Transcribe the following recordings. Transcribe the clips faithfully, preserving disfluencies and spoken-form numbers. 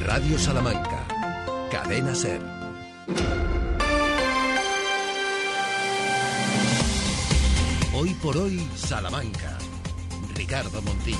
Radio Salamanca, Cadena SER. Hoy por hoy, Salamanca. Ricardo Montilla.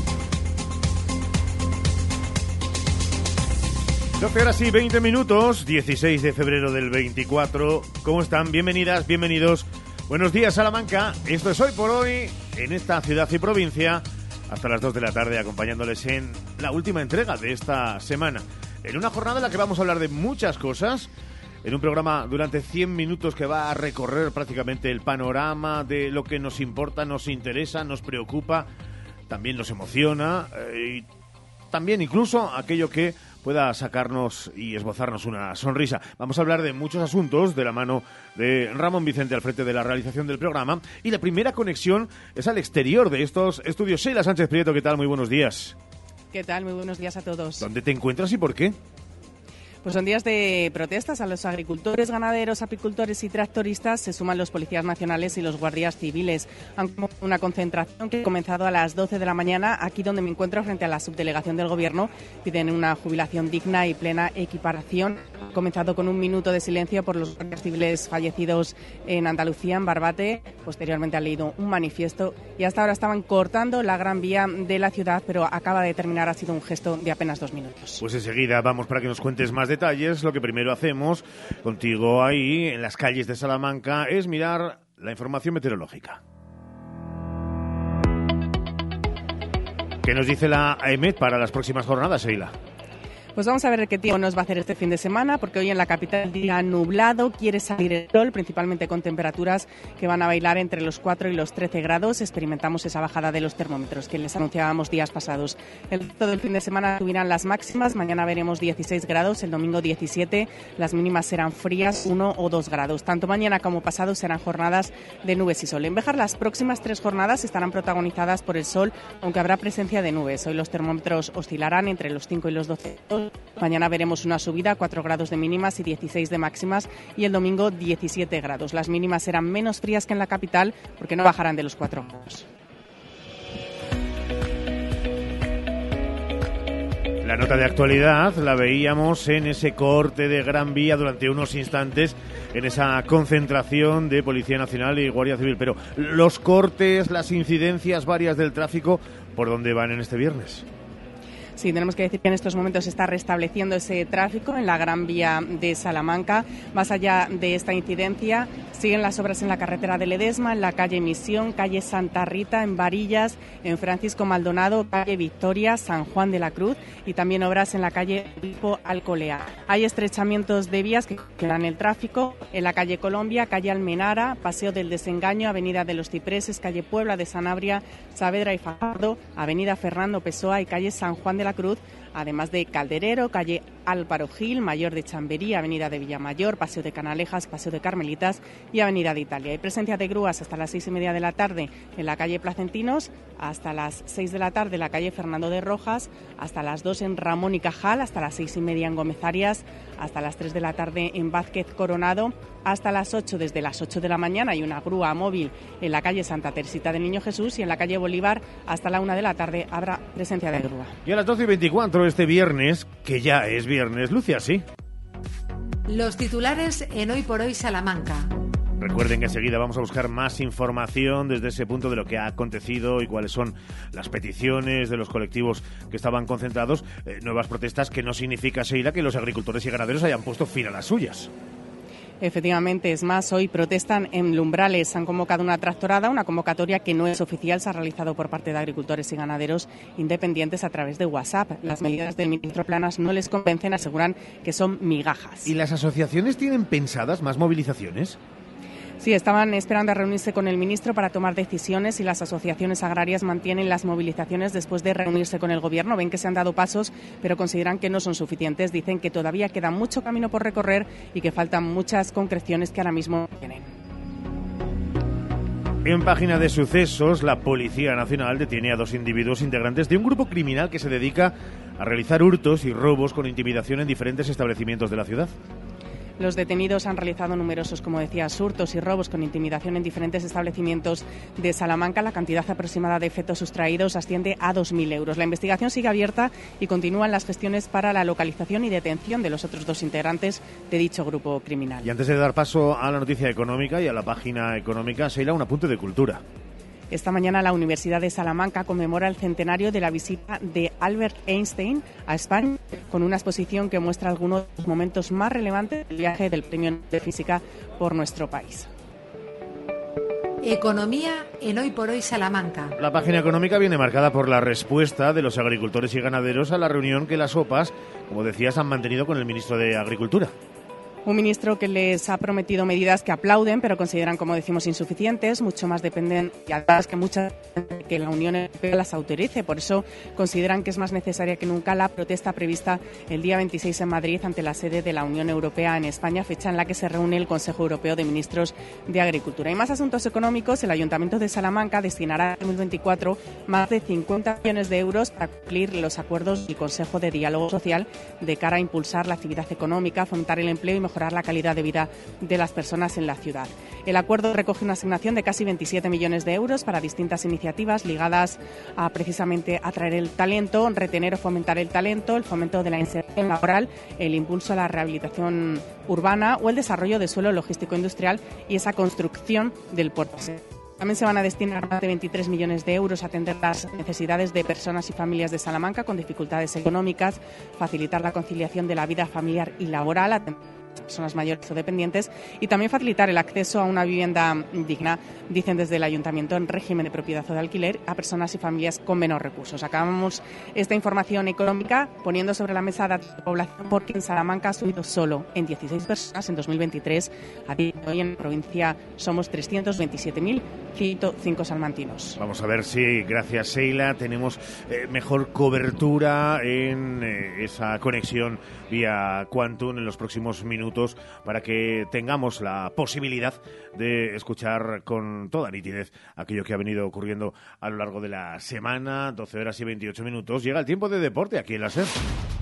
doce horas y veinte minutos, dieciséis de febrero del veinticuatro. ¿Cómo están? Bienvenidas, bienvenidos. Buenos días, Salamanca. Esto es Hoy por Hoy, en esta ciudad y provincia, hasta las dos de la tarde, acompañándoles en la última entrega de esta semana. En una jornada en la que vamos a hablar de muchas cosas, en un programa durante cien minutos que va a recorrer prácticamente el panorama de lo que nos importa, nos interesa, nos preocupa, también nos emociona, eh, y también incluso aquello que pueda sacarnos y esbozarnos una sonrisa. Vamos a hablar de muchos asuntos de la mano de Ramón Vicente al frente de la realización del programa. Y la primera conexión es al exterior de estos estudios. Sheila Sánchez Prieto, ¿qué tal? Muy buenos días. ¿Qué tal? Muy buenos días a todos. ¿Dónde te encuentras y por qué? Pues son días de protestas. A los agricultores, ganaderos, apicultores y tractoristas se suman los policías nacionales y los guardias civiles. Han comenzado una concentración que ha comenzado a las doce de la mañana, aquí donde me encuentro frente a la subdelegación del Gobierno. Piden una jubilación digna y plena equiparación. Ha comenzado con un minuto de silencio por los guardias civiles fallecidos en Andalucía, en Barbate. Posteriormente han leído un manifiesto y hasta ahora estaban cortando la Gran Vía de la ciudad, pero acaba de terminar. Ha sido un gesto de apenas dos minutos. Pues enseguida vamos para que nos cuentes más detalles. Lo que primero hacemos contigo ahí en las calles de Salamanca es mirar la información meteorológica. ¿Qué nos dice la AEMET para las próximas jornadas, Sheila? Pues vamos a ver qué tiempo nos va a hacer este fin de semana, porque hoy en la capital día nublado, quiere salir el sol, principalmente con temperaturas que van a bailar entre los cuatro y los trece grados. Experimentamos esa bajada de los termómetros que les anunciábamos días pasados. El resto del fin de semana subirán las máximas, mañana veremos dieciséis grados, el domingo diecisiete, las mínimas serán frías, uno o dos grados. Tanto mañana como pasado serán jornadas de nubes y sol. En Béjar las próximas tres jornadas estarán protagonizadas por el sol, aunque habrá presencia de nubes. Hoy los termómetros oscilarán entre los cinco y los doce grados. Mañana veremos una subida, cuatro grados de mínimas y dieciséis de máximas, y el domingo diecisiete grados. Las mínimas serán menos frías que en la capital porque no bajarán de los cuatro grados. La nota de actualidad la veíamos en ese corte de Gran Vía durante unos instantes, en esa concentración de Policía Nacional y Guardia Civil. Pero los cortes, las incidencias varias del tráfico, ¿por dónde van en este viernes? Sí, tenemos que decir que en estos momentos se está restableciendo ese tráfico en la Gran Vía de Salamanca. Más allá de esta incidencia, siguen las obras en la carretera de Ledesma, en la calle Misión, calle Santa Rita, en Varillas, en Francisco Maldonado, calle Victoria, San Juan de la Cruz, y también obras en la calle Pipo Alcolea. Hay estrechamientos de vías que quedan el tráfico en la calle Colombia, calle Almenara, Paseo del Desengaño, avenida de los Cipreses, calle Puebla de Sanabria, Saavedra y Fajardo, avenida Fernando Pessoa y calle San Juan de la Cruz, además de Calderero, calle Álvaro Gil, Mayor de Chamberí, avenida de Villamayor, Paseo de Canalejas, Paseo de Carmelitas y avenida de Italia. Hay presencia de grúas hasta las seis y media de la tarde en la calle Placentinos, hasta las seis de la tarde en la calle Fernando de Rojas, hasta las dos en Ramón y Cajal, hasta las seis y media en Gómez Arias, hasta las tres de la tarde en Vázquez Coronado, hasta las ocho, desde las ocho de la mañana hay una grúa móvil en la calle Santa Teresita del Niño Jesús, y en la calle Bolívar hasta la una de la tarde habrá presencia de grúa. Y a las doce y veinticuatro este viernes, que ya es viernes, luce así. Los titulares en Hoy por Hoy Salamanca. Recuerden que enseguida vamos a buscar más información desde ese punto de lo que ha acontecido y cuáles son las peticiones de los colectivos que estaban concentrados. Eh, nuevas protestas que no significa, Sheila, que los agricultores y ganaderos hayan puesto fin a las suyas. Efectivamente, es más, hoy protestan en Lumbrales. Han convocado una tractorada, una convocatoria que no es oficial, se ha realizado por parte de agricultores y ganaderos independientes a través de WhatsApp. Las medidas del ministro Planas no les convencen, aseguran que son migajas. ¿Y las asociaciones tienen pensadas más movilizaciones? Sí, estaban esperando a reunirse con el ministro para tomar decisiones, y las asociaciones agrarias mantienen las movilizaciones después de reunirse con el Gobierno. Ven que se han dado pasos, pero consideran que no son suficientes. Dicen que todavía queda mucho camino por recorrer y que faltan muchas concreciones que ahora mismo tienen. En página de sucesos, la Policía Nacional detiene a dos individuos integrantes de un grupo criminal que se dedica a realizar hurtos y robos con intimidación en diferentes establecimientos de la ciudad. Los detenidos han realizado numerosos, como decía, hurtos y robos con intimidación en diferentes establecimientos de Salamanca. La cantidad aproximada de efectos sustraídos asciende a dos mil euros. La investigación sigue abierta y continúan las gestiones para la localización y detención de los otros dos integrantes de dicho grupo criminal. Y antes de dar paso a la noticia económica y a la página económica, Sheila, un apunte de cultura. Esta mañana la Universidad de Salamanca conmemora el centenario de la visita de Albert Einstein a España, con una exposición que muestra algunos de los momentos más relevantes del viaje del Premio Nobel de Física por nuestro país. Economía en Hoy por Hoy Salamanca. La página económica viene marcada por la respuesta de los agricultores y ganaderos a la reunión que las O P As, como decías, han mantenido con el ministro de Agricultura. Un ministro que les ha prometido medidas que aplauden, pero consideran, como decimos, insuficientes. Mucho más dependen, y además que muchas que la Unión Europea las autorice. Por eso consideran que es más necesaria que nunca la protesta prevista el día veintiséis en Madrid ante la sede de la Unión Europea en España, fecha en la que se reúne el Consejo Europeo de Ministros de Agricultura. Y más asuntos económicos, el Ayuntamiento de Salamanca destinará en dos mil veinticuatro más de cincuenta millones de euros para cumplir los acuerdos del Consejo de Diálogo Social de cara a impulsar la actividad económica, fomentar el empleo y mejorar mejorar la calidad de vida de las personas en la ciudad. El acuerdo recoge una asignación de casi veintisiete millones de euros para distintas iniciativas ligadas a precisamente atraer el talento, retener o fomentar el talento, el fomento de la inserción laboral, el impulso a la rehabilitación urbana o el desarrollo de suelo logístico industrial y esa construcción del puerto. También se van a destinar más de veintitrés millones de euros a atender las necesidades de personas y familias de Salamanca con dificultades económicas, facilitar la conciliación de la vida familiar y laboral, atender a personas mayores o dependientes y también facilitar el acceso a una vivienda digna, dicen desde el Ayuntamiento, en régimen de propiedad o de alquiler a personas y familias con menos recursos. Acabamos esta información económica poniendo sobre la mesa datos de población porque en Salamanca ha subido solo en dieciséis personas en dos mil veintitrés. A día de hoy en la provincia somos trescientos veintisiete mil ciento cinco salmantinos. Vamos a ver si, gracias Sheila, tenemos eh, mejor cobertura en eh, esa conexión vía Quantum en los próximos minutos para que tengamos la posibilidad de escuchar con toda nitidez aquello que ha venido ocurriendo a lo largo de la semana. Doce horas y veintiocho minutos. Llega el tiempo de deporte aquí en la SER.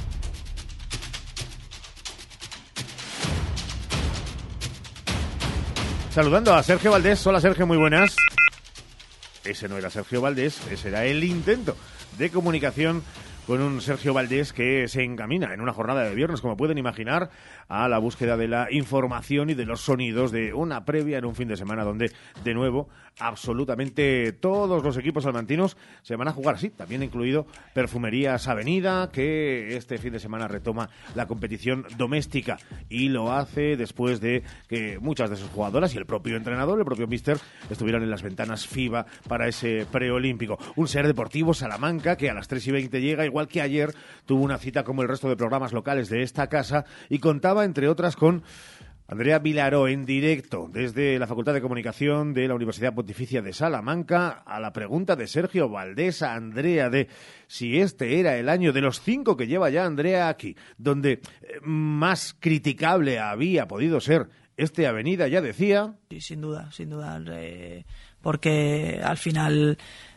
Saludando a Sergio Valdés. Hola Sergio, muy buenas. Ese no era Sergio Valdés, ese era el intento de comunicación con un Sergio Valdés que se encamina en una jornada de viernes, como pueden imaginar, a la búsqueda de la información y de los sonidos de una previa en un fin de semana donde, de nuevo, absolutamente todos los equipos salmantinos se van a jugar, sí, también incluido Perfumerías Avenida, que este fin de semana retoma la competición doméstica y lo hace después de que muchas de sus jugadoras y el propio entrenador, el propio míster, estuvieran en las ventanas FIBA para ese preolímpico. Un SER Deportivo Salamanca que a las tres y veinte llega, igual que ayer, tuvo una cita como el resto de programas locales de esta casa y contaba, entre otras, con Andrea Vilaró en directo desde la Facultad de Comunicación de la Universidad Pontificia de Salamanca a la pregunta de Sergio Valdés a Andrea de si este era el año de los cinco que lleva ya Andrea aquí, donde más criticable había podido ser este Avenida, ya decía. Sí, sin duda, sin duda, eh, porque al final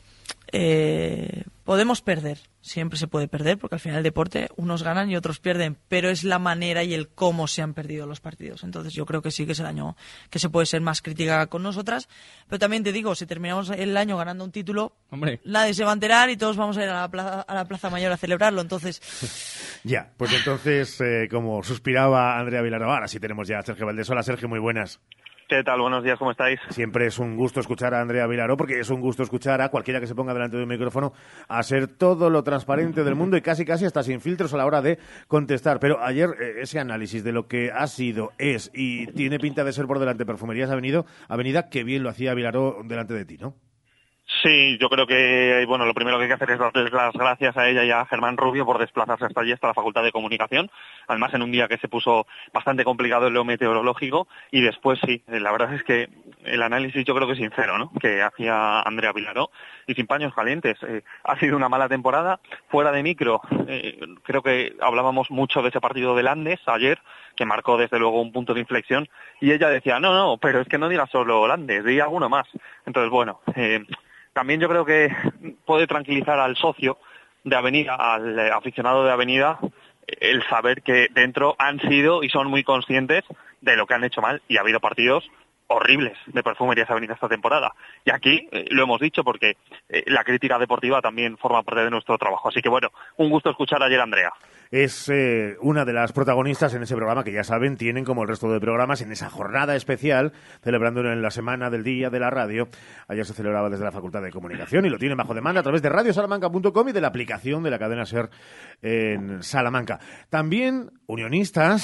eh, podemos perder. Siempre se puede perder, porque al final el deporte unos ganan y otros pierden, pero es la manera y el cómo se han perdido los partidos. Entonces yo creo que sí que es el año que se puede ser más crítica con nosotras, pero también te digo, si terminamos el año ganando un título, hombre, nadie se va a enterar y todos vamos a ir a la plaza, a la plaza Mayor a celebrarlo, entonces... Ya, pues entonces, eh, como suspiraba Andrea Vilaró, ahora sí tenemos ya a Sergio Valdés. Hola Sergio, muy buenas. ¿Qué tal? Buenos días, ¿cómo estáis? Siempre es un gusto escuchar a Andrea Vilaró, porque es un gusto escuchar a cualquiera que se ponga delante de un micrófono a ser todo lo transparente del mundo y casi casi hasta sin filtros a la hora de contestar. Pero ayer eh, ese análisis de lo que ha sido, es y tiene pinta de ser por delante Perfumerías Avenida, Avenida, que bien lo hacía Vilaró delante de ti, ¿no? Sí, yo creo que, bueno, lo primero que hay que hacer es darles las gracias a ella y a Germán Rubio por desplazarse hasta allí, hasta la Facultad de Comunicación, además en un día que se puso bastante complicado en lo meteorológico, y después sí, la verdad es que el análisis yo creo que es sincero, ¿no?, que hacía Andrea Vilaró, y sin paños calientes. Eh, ha sido una mala temporada, fuera de micro, eh, creo que hablábamos mucho de ese partido del Andes ayer, que marcó desde luego un punto de inflexión, y ella decía, no, no, pero es que no digas solo Andes, di alguno más. Entonces, bueno, eh, también yo creo que puede tranquilizar al socio de Avenida, al aficionado de Avenida, el saber que dentro han sido y son muy conscientes de lo que han hecho mal, y ha habido partidos horribles de Perfumerías Avenida esta temporada. Y aquí eh, lo hemos dicho porque eh, la crítica deportiva también forma parte de nuestro trabajo. Así que bueno, un gusto escuchar ayer a Andrea. Es eh, una de las protagonistas en ese programa que ya saben, tienen como el resto de programas en esa jornada especial, celebrando en la Semana del Día de la Radio. Ayer se celebraba desde la Facultad de Comunicación y lo tienen bajo demanda a través de radio salamanca punto com y de la aplicación de la cadena SER en Salamanca. También unionistas.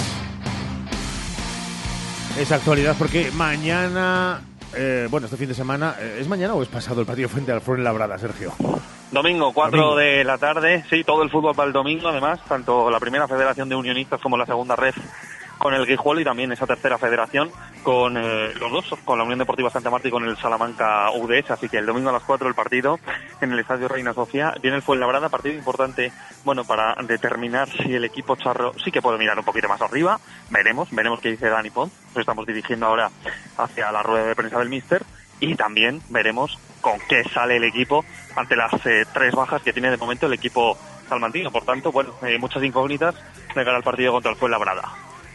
Esa actualidad porque mañana, eh, bueno, este fin de semana, eh, ¿es mañana o es pasado el partido frente al Fuenlabrada, Sergio? Domingo, cuatro Domingo. de la tarde, sí, todo el fútbol para el domingo, además, tanto la primera federación de unionistas como la segunda red con el Guijuelo y también esa tercera federación con eh, los dos, con la Unión Deportiva Santa Marta y con el Salamanca U D S, así que el domingo a las cuatro el partido en el Estadio Reina Sofía. Viene el Fuenlabrada, partido importante, bueno, para determinar si el equipo charro sí que puede mirar un poquito más arriba, veremos, veremos qué dice Dani Pons, nos estamos dirigiendo ahora hacia la rueda de prensa del míster, y también veremos con qué sale el equipo ante las eh, tres bajas que tiene de momento el equipo salmantino. Por tanto, bueno, eh, muchas incógnitas de cara al partido contra el Fuenlabrada.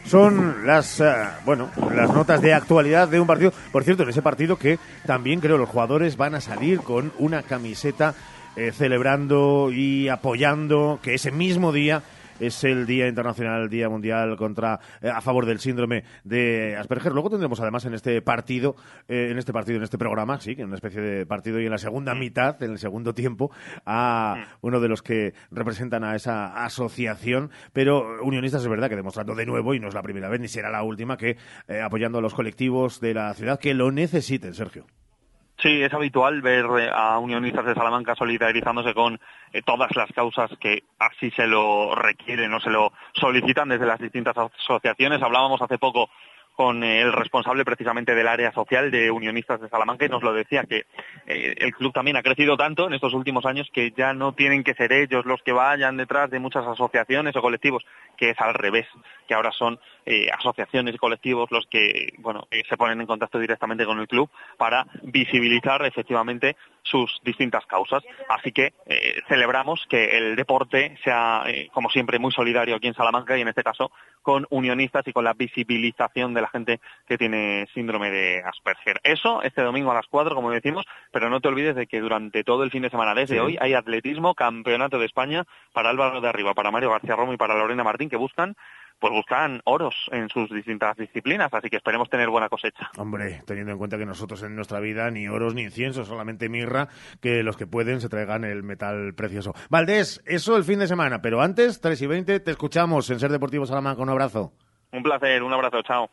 Son las, uh, bueno, las notas de actualidad de un partido. Por cierto, en ese partido que también creo los jugadores van a salir con una camiseta eh, celebrando y apoyando que ese mismo día es el Día Internacional, el Día Mundial contra eh, a favor del síndrome de Asperger. Luego tendremos además en este partido, eh, en este partido, en este programa, sí, que en una especie de partido y en la segunda mitad, en el segundo tiempo, a uno de los que representan a esa asociación. Pero Unionistas es verdad que demostrando de nuevo, y no es la primera vez ni será la última, que eh, apoyando a los colectivos de la ciudad que lo necesiten, Sergio. Sí, es habitual ver a unionistas de Salamanca solidarizándose con eh, todas las causas que así se lo requieren o se lo solicitan desde las distintas asociaciones. Hablábamos hace poco con eh, el responsable precisamente del área social de Unionistas de Salamanca y nos lo decía, que eh, el club también ha crecido tanto en estos últimos años que ya no tienen que ser ellos los que vayan detrás de muchas asociaciones o colectivos, que es al revés, que ahora son eh, asociaciones y colectivos los que, bueno, eh, se ponen en contacto directamente con el club para visibilizar efectivamente sus distintas causas. Así que eh, celebramos que el deporte sea, eh, como siempre, muy solidario aquí en Salamanca y en este caso con unionistas y con la visibilización de la gente que tiene síndrome de Asperger. Eso este domingo a las cuatro, como decimos, pero no te olvides de que durante todo el fin de semana desde sí. hoy hay atletismo, campeonato de España para Álvaro de Arriba, para Mario García Romo y para Lorena Martín, que buscan pues buscan oros en sus distintas disciplinas, así que esperemos tener buena cosecha. Hombre, teniendo en cuenta que nosotros en nuestra vida ni oros ni incienso, solamente mirra, que los que pueden se traigan el metal precioso. Valdés, eso el fin de semana, pero antes, tres y veinte, te escuchamos en Ser Deportivo Salamanca. Un abrazo. Un placer, un abrazo, chao.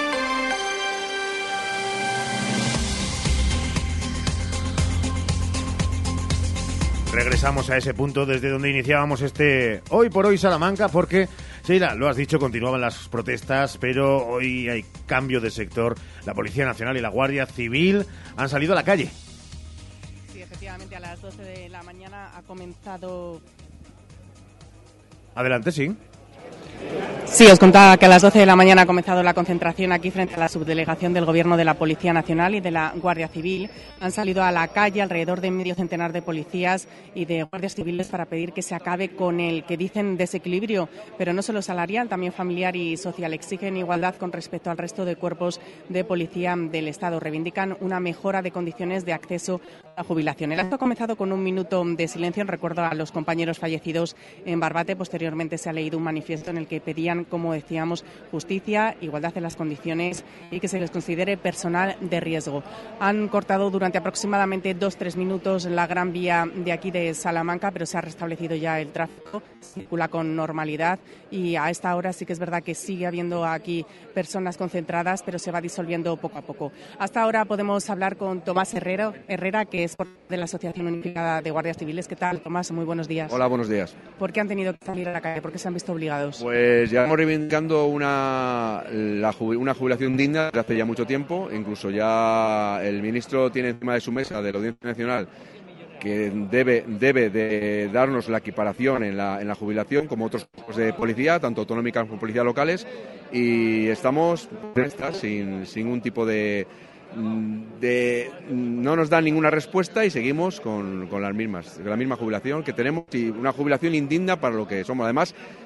Regresamos a ese punto desde donde iniciábamos este Hoy por Hoy Salamanca, porque, Sheila, lo has dicho, continuaban las protestas, pero hoy hay cambio de sector. La Policía Nacional y la Guardia Civil han salido a la calle. Sí, efectivamente, a las doce de la mañana ha comenzado... Adelante, sí. Sí, os contaba que a las doce de la mañana ha comenzado la concentración aquí frente a la subdelegación del Gobierno de la Policía Nacional y de la Guardia Civil. Han salido a la calle alrededor de medio centenar de policías y de guardias civiles para pedir que se acabe con el que dicen desequilibrio, pero no solo salarial, también familiar y social. Exigen igualdad con respecto al resto de cuerpos de policía del Estado. Reivindican una mejora de condiciones de acceso a la jubilación. El acto ha comenzado con un minuto de silencio en recuerdo a los compañeros fallecidos en Barbate. Posteriormente se ha leído un manifiesto en el que pedían, como decíamos, justicia, igualdad en las condiciones y que se les considere personal de riesgo. Han cortado durante aproximadamente dos tres minutos la gran vía de aquí de Salamanca, pero se ha restablecido ya el tráfico, circula con normalidad y a esta hora sí que es verdad que sigue habiendo aquí personas concentradas, pero se va disolviendo poco a poco. Hasta ahora podemos hablar con Tomás Herrera, Herrera que es de la Asociación Unificada de Guardias Civiles. ¿Qué tal, Tomás? Muy buenos días. Hola, buenos días. ¿Por qué han tenido que salir a la calle? ¿Por qué se han visto obligados? Pues llevamos reivindicando una, la, una jubilación digna desde hace ya mucho tiempo. Incluso ya el ministro tiene encima de su mesa de la Audiencia Nacional que debe, debe de darnos la equiparación en la, en la jubilación como otros grupos de policía, tanto autonómicas como policías locales, y estamos sin, sin un tipo de... De, no nos dan ninguna respuesta y seguimos con, con las mismas, con la misma jubilación que tenemos y una jubilación indigna para lo que somos. Además,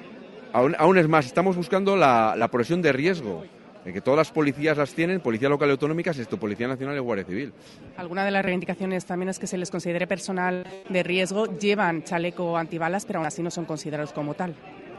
Aún, aún es más, estamos buscando la, la profesión de riesgo, en que todas las policías las tienen, Policía Local y Autonómicas, esto, Policía Nacional y Guardia Civil. Alguna de las reivindicaciones también es que se les considere personal de riesgo, llevan chaleco antibalas, pero aún así no son considerados como tal.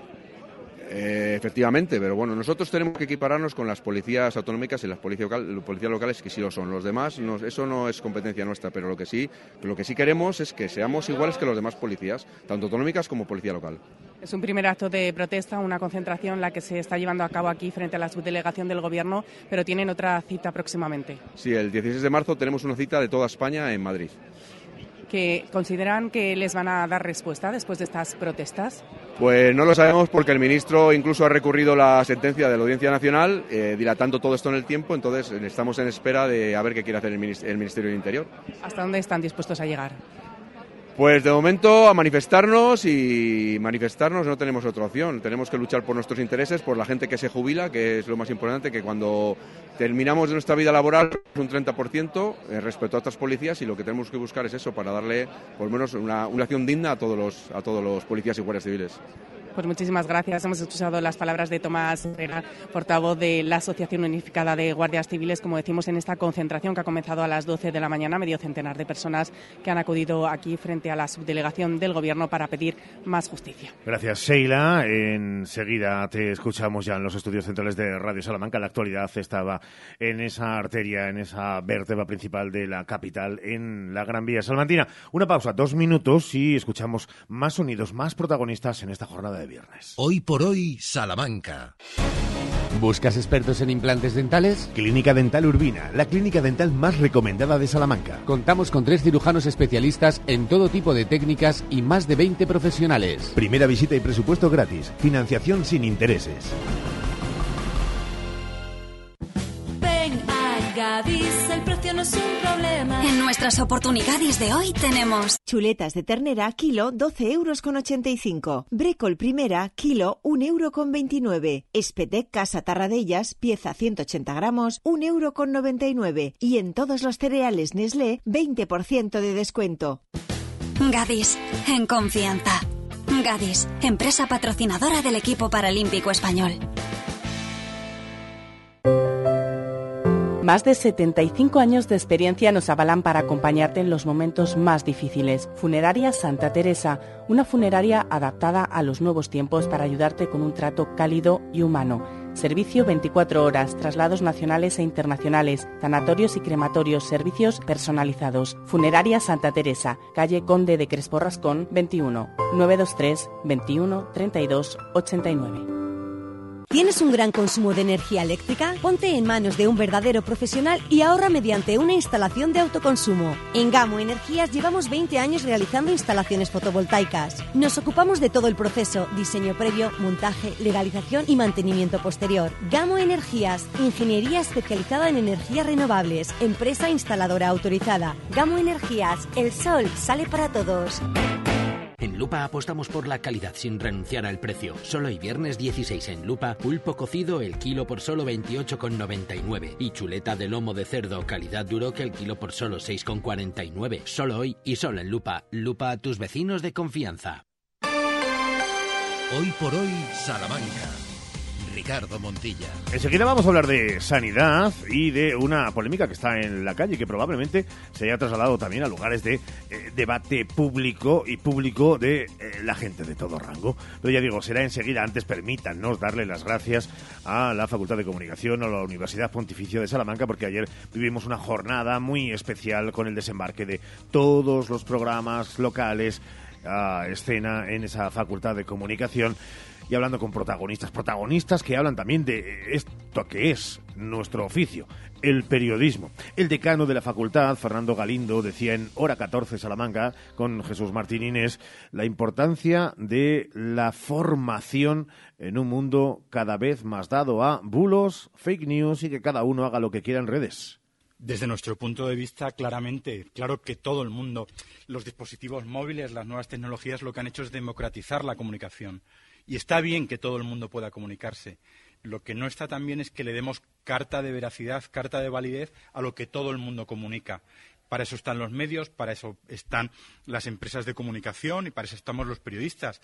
Eh, efectivamente, pero bueno, nosotros tenemos que equipararnos con las policías autonómicas y las policías, local, policías locales, que sí lo son. Los demás, no, eso no es competencia nuestra, pero lo que sí, lo que sí queremos es que seamos iguales que los demás policías, tanto autonómicas como policía local. Es un primer acto de protesta, una concentración la que se está llevando a cabo aquí frente a la subdelegación del Gobierno, pero tienen otra cita próximamente. Sí, el dieciséis de marzo tenemos una cita de toda España en Madrid. ¿Que consideran que les van a dar respuesta después de estas protestas? Pues no lo sabemos porque el ministro incluso ha recurrido la sentencia de la Audiencia Nacional, eh, dilatando todo esto en el tiempo, entonces estamos en espera de a ver qué quiere hacer el Ministerio del Interior. ¿Hasta dónde están dispuestos a llegar? Pues de momento a manifestarnos y manifestarnos no tenemos otra opción. Tenemos que luchar por nuestros intereses, por la gente que se jubila, que es lo más importante, que cuando terminamos de nuestra vida laboral un treinta por ciento eh, respecto a otras policías, y lo que tenemos que buscar es eso, para darle por lo menos una, una acción digna a todos los, a todos los policías y guardias civiles. Pues muchísimas gracias. Hemos escuchado las palabras de Tomás Herrera, portavoz de la Asociación Unificada de Guardias Civiles, como decimos, en esta concentración que ha comenzado a las doce de la mañana, medio centenar de personas que han acudido aquí frente a la subdelegación del Gobierno para pedir más justicia. Gracias, Sheila. Enseguida te escuchamos ya en los estudios centrales de Radio Salamanca. La actualidad estaba en esa arteria, en esa vértebra principal de la capital, en la Gran Vía salmantina. Una pausa, dos minutos, y escuchamos más sonidos, más protagonistas en esta jornada de viernes. Hoy por hoy, Salamanca. ¿Buscas expertos en implantes dentales? Clínica Dental Urbina, la clínica dental más recomendada de Salamanca. Contamos con tres cirujanos especialistas en todo tipo de técnicas y más de veinte profesionales. Primera visita y presupuesto gratis. Financiación sin intereses. Gadis, el precio no es un problema. En nuestras oportunidades de hoy tenemos chuletas de ternera, kilo, doce euros con ochenta y cinco. Brécol primera, kilo, un euro con veintinueve. Espetec Casa Tarradellas, pieza ciento ochenta gramos, un euro con noventa y nueve. Y en todos los cereales Nestlé, veinte por ciento de descuento. Gadis, en confianza. Gadis, empresa patrocinadora del equipo paralímpico español. Más de setenta y cinco años de experiencia nos avalan para acompañarte en los momentos más difíciles. Funeraria Santa Teresa, una funeraria adaptada a los nuevos tiempos para ayudarte con un trato cálido y humano. Servicio veinticuatro horas, traslados nacionales e internacionales, tanatorios y crematorios, servicios personalizados. Funeraria Santa Teresa, calle Conde de Crespo Rascón, veintiuno, nueve dos tres, veintiuno, treinta y dos, ochenta y nueve. ¿Tienes un gran consumo de energía eléctrica? Ponte en manos de un verdadero profesional y ahorra mediante una instalación de autoconsumo. En Gamo Energías llevamos veinte años realizando instalaciones fotovoltaicas. Nos ocupamos de todo el proceso, diseño previo, montaje, legalización y mantenimiento posterior. Gamo Energías, ingeniería especializada en energías renovables, empresa instaladora autorizada. Gamo Energías, el sol sale para todos. En Lupa apostamos por la calidad sin renunciar al precio. Solo hoy viernes dieciséis en Lupa, pulpo cocido el kilo por solo veintiocho con noventa y nueve y chuleta de lomo de cerdo calidad duro que el kilo por solo seis con cuarenta y nueve. Solo hoy y solo en Lupa. Lupa, tus vecinos de confianza. Hoy por hoy, Salamanca. Ricardo Montilla. Enseguida vamos a hablar de sanidad y de una polémica que está en la calle, que probablemente se haya trasladado también a lugares de eh, debate público y público de eh, la gente de todo rango. Pero ya digo, será enseguida. Antes permítanos darle las gracias a la Facultad de Comunicación, a la Universidad Pontificia de Salamanca, porque ayer vivimos una jornada muy especial con el desembarque de todos los programas locales a escena en esa Facultad de Comunicación. Y hablando con protagonistas, protagonistas que hablan también de esto que es nuestro oficio, el periodismo. El decano de la facultad, Fernando Galindo, decía en Hora catorce Salamanca, con Jesús Martín Inés, la importancia de la formación en un mundo cada vez más dado a bulos, fake news y que cada uno haga lo que quiera en redes. Desde nuestro punto de vista, claramente, claro que todo el mundo, los dispositivos móviles, las nuevas tecnologías, lo que han hecho es democratizar la comunicación. Y está bien que todo el mundo pueda comunicarse. Lo que no está tan bien es que le demos carta de veracidad, carta de validez a lo que todo el mundo comunica. Para eso están los medios, para eso están las empresas de comunicación y para eso estamos los periodistas.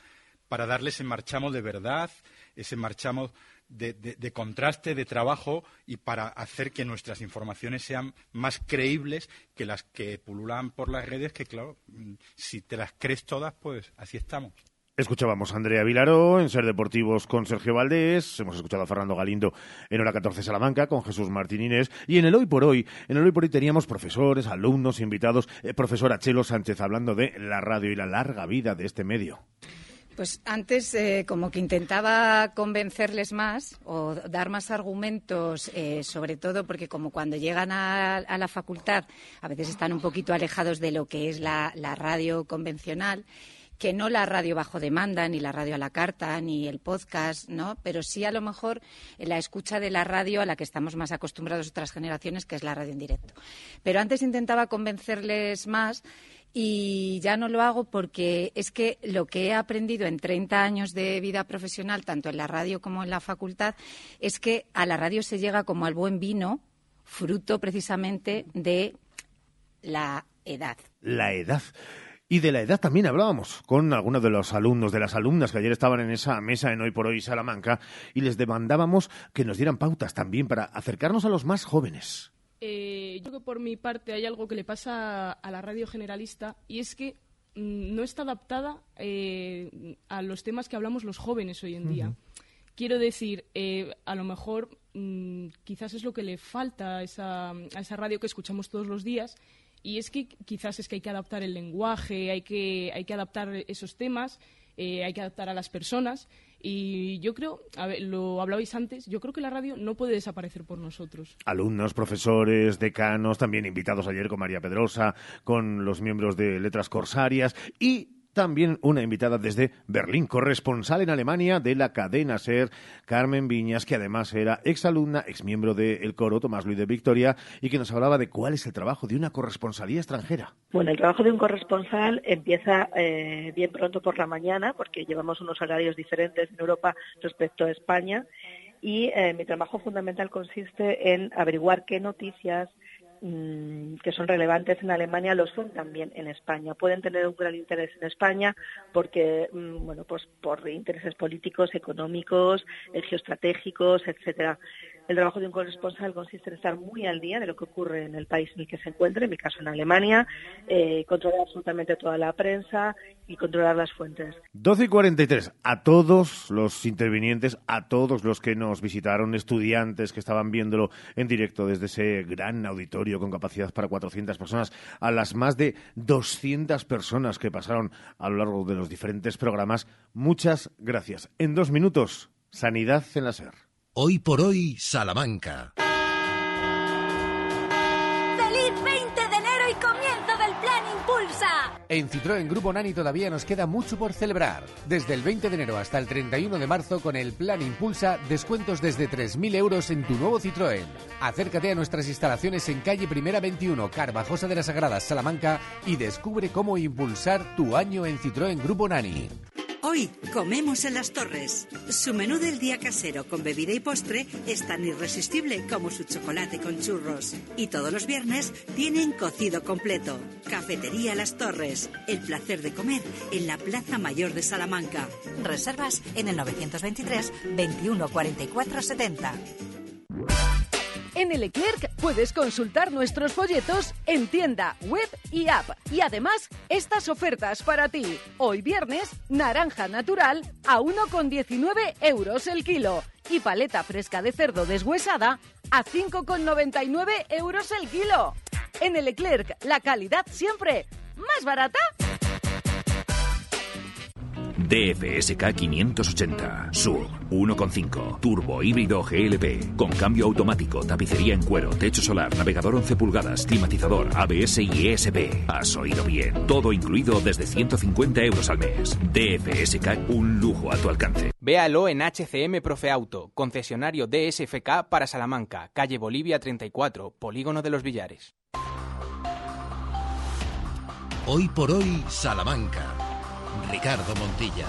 para darle ese marchamo de verdad, ese marchamo de, de, de contraste, de trabajo, y para hacer que nuestras informaciones sean más creíbles que las que pululan por las redes, que claro, si te las crees todas, pues así estamos. Escuchábamos a Andrea Vilaró en Ser Deportivos con Sergio Valdés, hemos escuchado a Fernando Galindo en Hora catorce Salamanca con Jesús Martín Inés, y en el Hoy por Hoy, en el Hoy por Hoy teníamos profesores, alumnos, invitados, eh, profesora Chelo Sánchez hablando de la radio y la larga vida de este medio. Pues antes eh, como que intentaba convencerles más o dar más argumentos, eh, sobre todo porque como cuando llegan a, a la facultad a veces están un poquito alejados de lo que es la, la radio convencional, que no la radio bajo demanda, ni la radio a la carta, ni el podcast, ¿no? Pero sí a lo mejor la escucha de la radio a la que estamos más acostumbrados otras generaciones, que es la radio en directo. Pero antes intentaba convencerles más y ya no lo hago porque es que lo que he aprendido en treinta años de vida profesional, tanto en la radio como en la facultad, es que a la radio se llega como al buen vino, fruto precisamente de la edad. La edad. Y de la edad también hablábamos con algunos de los alumnos, de las alumnas que ayer estaban en esa mesa en Hoy por Hoy Salamanca, y les demandábamos que nos dieran pautas también para acercarnos a los más jóvenes. Eh, yo creo que por mi parte hay algo que le pasa a la radio generalista, y es que mmm, no está adaptada eh, a los temas que hablamos los jóvenes hoy en día. Uh-huh. Quiero decir, eh, a lo mejor mmm, quizás es lo que le falta a esa, a esa radio que escuchamos todos los días. Y es que quizás es que hay que adaptar el lenguaje, hay que, hay que adaptar esos temas, eh, hay que adaptar a las personas. Y yo creo, a ver, lo hablabais antes, yo creo que la radio no puede desaparecer por nosotros. Alumnos, profesores, decanos, también invitados ayer con María Pedrosa, con los miembros de Letras Corsarias y también una invitada desde Berlín, corresponsal en Alemania de la cadena SER, Carmen Viñas, que además era exalumna, exmiembro del coro Tomás Luis de Victoria, y que nos hablaba de cuál es el trabajo de una corresponsalía extranjera. Bueno, el trabajo de un corresponsal empieza eh, bien pronto por la mañana, porque llevamos unos horarios diferentes en Europa respecto a España, y eh, mi trabajo fundamental consiste en averiguar qué noticias que son relevantes en Alemania lo son también en España. Pueden tener un gran interés en España porque, bueno, pues por intereses políticos, económicos, geoestratégicos, etcétera. El trabajo de un corresponsal consiste en estar muy al día de lo que ocurre en el país en el que se encuentre, en mi caso en Alemania, eh, controlar absolutamente toda la prensa y controlar las fuentes. doce y cuarenta y tres. A todos los intervinientes, a todos los que nos visitaron, estudiantes que estaban viéndolo en directo desde ese gran auditorio con capacidad para cuatrocientas personas, a las más de doscientas personas que pasaron a lo largo de los diferentes programas, muchas gracias. En dos minutos, Sanidad en la SER. Hoy por Hoy Salamanca. ¡Feliz veinte de enero y comienzo del Plan Impulsa! En Citroën Grupo Nani todavía nos queda mucho por celebrar. Desde el veinte de enero hasta el treinta y uno de marzo con el Plan Impulsa, descuentos desde tres mil euros en tu nuevo Citroën. Acércate a nuestras instalaciones en calle Primera veintiuno, Carvajosa de las Sagradas, Salamanca, y descubre cómo impulsar tu año en Citroën Grupo Nani. Hoy comemos en Las Torres. Su menú del día casero con bebida y postre es tan irresistible como su chocolate con churros. Y todos los viernes tienen cocido completo. Cafetería Las Torres. El placer de comer en la Plaza Mayor de Salamanca. Reservas en el novecientos veintitrés veintiuno cuarenta y cuatro setenta. En el Leclerc puedes consultar nuestros folletos en tienda, web y app. Y además, estas ofertas para ti. Hoy viernes, naranja natural a uno con diecinueve euros el kilo. Y paleta fresca de cerdo deshuesada a cinco con noventa y nueve euros el kilo. En el Leclerc, la calidad siempre más barata. D F S K quinientos ochenta, S U V, uno coma cinco, turbo híbrido G L P, con cambio automático, tapicería en cuero, techo solar, navegador once pulgadas, climatizador, A B S y E S P. Has oído bien, todo incluido desde ciento cincuenta euros al mes. D F S K, un lujo a tu alcance. Véalo en H C M Profeauto, concesionario D S F K para Salamanca, calle Bolivia treinta y cuatro, Polígono de los Villares. Hoy por Hoy Salamanca. Ricardo Montilla.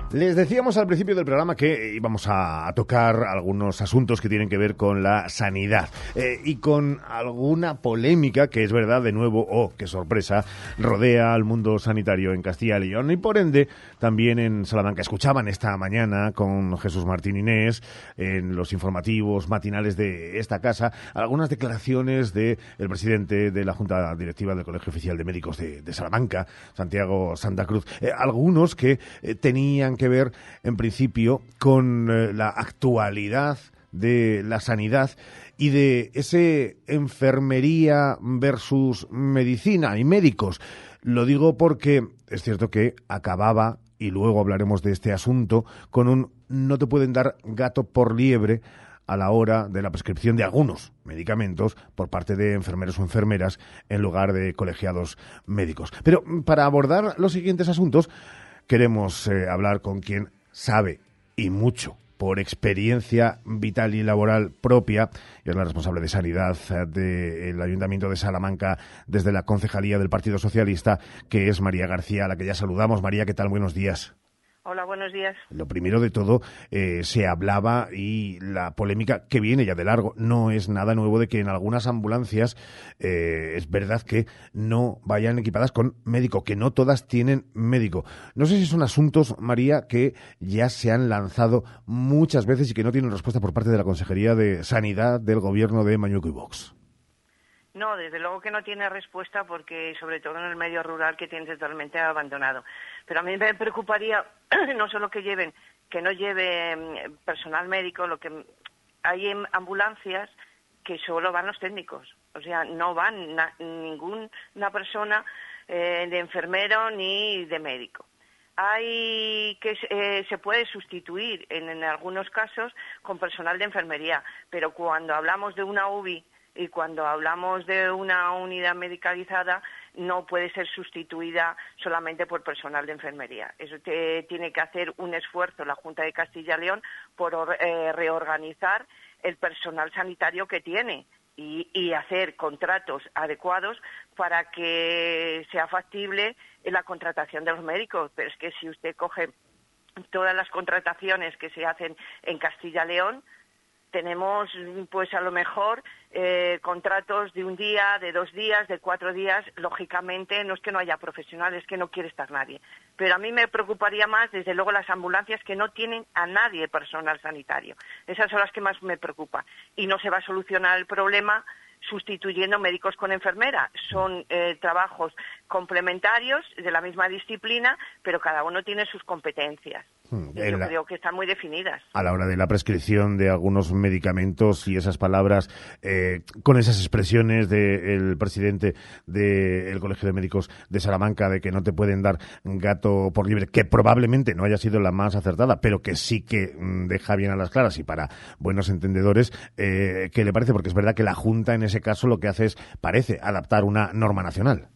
Les decíamos al principio del programa que íbamos a, a tocar algunos asuntos que tienen que ver con la sanidad eh, y con alguna polémica que es verdad, de nuevo, oh, qué sorpresa, rodea al mundo sanitario en Castilla y León y por ende también en Salamanca. Escuchaban esta mañana con Jesús Martín Inés en los informativos matinales de esta casa algunas declaraciones del presidente de la Junta Directiva del Colegio Oficial de Médicos de, de Salamanca, Santiago Santa Cruz, eh, algunos que eh, tenían que ver en principio con eh, la actualidad de la sanidad y de ese enfermería versus medicina y médicos. Lo digo porque es cierto que acababa, y luego hablaremos de este asunto, con un no te pueden dar gato por liebre a la hora de la prescripción de algunos medicamentos por parte de enfermeros o enfermeras en lugar de colegiados médicos. Pero para abordar los siguientes asuntos queremos eh, hablar con quien sabe y mucho por experiencia vital y laboral propia, y es la responsable de sanidad del Ayuntamiento de Salamanca desde la Concejalía del Partido Socialista, que es María García, a la que ya saludamos. María, ¿qué tal? Buenos días. Hola, buenos días. Lo primero de todo, eh, se hablaba, y la polémica que viene ya de largo, no es nada nuevo, de que en algunas ambulancias eh, es verdad que no vayan equipadas con médico, que no todas tienen médico. No sé si son asuntos, María, que ya se han lanzado muchas veces y que no tienen respuesta por parte de la Consejería de Sanidad del Gobierno de Mañueco y Vox. No, desde luego que no tiene respuesta, porque sobre todo en el medio rural, que tiene totalmente abandonado. Pero a mí me preocuparía no solo que lleven, que no lleve personal médico, lo que hay en ambulancias que solo van los técnicos, o sea, no van na, ninguna persona eh, de enfermero ni de médico. Hay que eh, se puede sustituir en, en algunos casos con personal de enfermería, pero cuando hablamos de una U B I y cuando hablamos de una unidad medicalizada, no puede ser sustituida solamente por personal de enfermería. Eso te, tiene que hacer un esfuerzo la Junta de Castilla y León por eh, reorganizar el personal sanitario que tiene y, y hacer contratos adecuados para que sea factible la contratación de los médicos. Pero es que si usted coge todas las contrataciones que se hacen en Castilla y León, tenemos, pues a lo mejor, eh, contratos de un día, de dos días, de cuatro días. Lógicamente, no es que no haya profesionales, es que no quiere estar nadie. Pero a mí me preocuparía más, desde luego, las ambulancias que no tienen a nadie personal sanitario. Esas son las que más me preocupan. Y no se va a solucionar el problema sustituyendo médicos con enfermera. Son eh, trabajos complementarios de la misma disciplina, pero cada uno tiene sus competencias. Hmm, y yo la, creo que están muy definidas. A la hora de la prescripción de algunos medicamentos y esas palabras, eh, con esas expresiones del presidente del Colegio de Médicos de Salamanca, de que no te pueden dar gato por liebre, que probablemente no haya sido la más acertada, pero que sí que mm, deja bien a las claras y para buenos entendedores, eh, ¿qué le parece? Porque es verdad que la Junta en ese caso lo que hace es, parece, adaptar una norma nacional.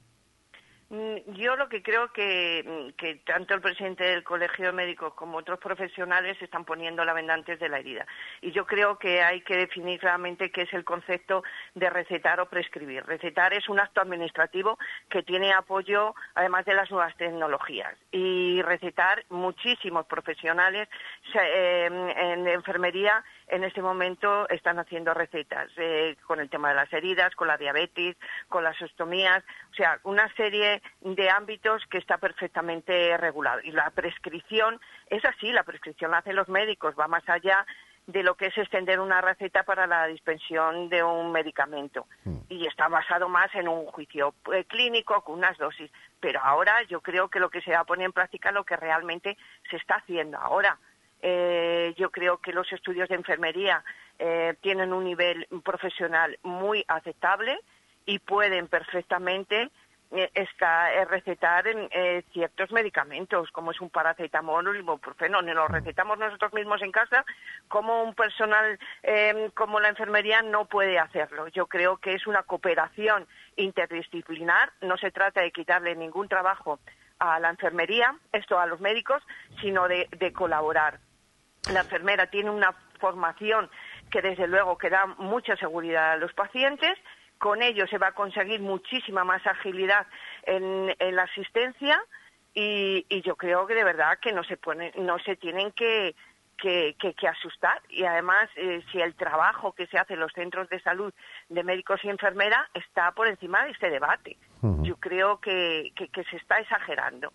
Yo lo que creo que, que tanto el presidente del Colegio de Médicos como otros profesionales están poniendo la venda antes de la herida. Y yo creo que hay que definir claramente qué es el concepto de recetar o prescribir. Recetar es un acto administrativo que tiene apoyo, además de las nuevas tecnologías. Y recetar, muchísimos profesionales eh, en enfermería en este momento están haciendo recetas eh, con el tema de las heridas, con la diabetes, con las ostomías, o sea, una serie de ámbitos que está perfectamente regulado. Y la prescripción es así, la prescripción la hacen los médicos, va más allá de lo que es extender una receta para la dispensión de un medicamento. Mm. Y está basado más en un juicio eh, clínico con unas dosis. Pero ahora yo creo que lo que se va a poner en práctica es lo que realmente se está haciendo ahora. Eh, yo creo que los estudios de enfermería eh, tienen un nivel profesional muy aceptable y pueden perfectamente eh, esta, eh, recetar eh, ciertos medicamentos, como es un paracetamol o ibuprofeno. Nos lo recetamos nosotros mismos en casa, como un personal eh, como la enfermería no puede hacerlo. Yo creo que es una cooperación interdisciplinar, no se trata de quitarle ningún trabajo a la enfermería, esto a los médicos, sino de, de colaborar. La enfermera tiene una formación que desde luego que da mucha seguridad a los pacientes, con ello se va a conseguir muchísima más agilidad en, en la asistencia y, y yo creo que de verdad que no se pone, no se tienen que Que, que, que asustar. Y además, eh, si el trabajo que se hace en los centros de salud de médicos y enfermeras está por encima de este debate. Uh-huh. Yo creo que, que, que se está exagerando.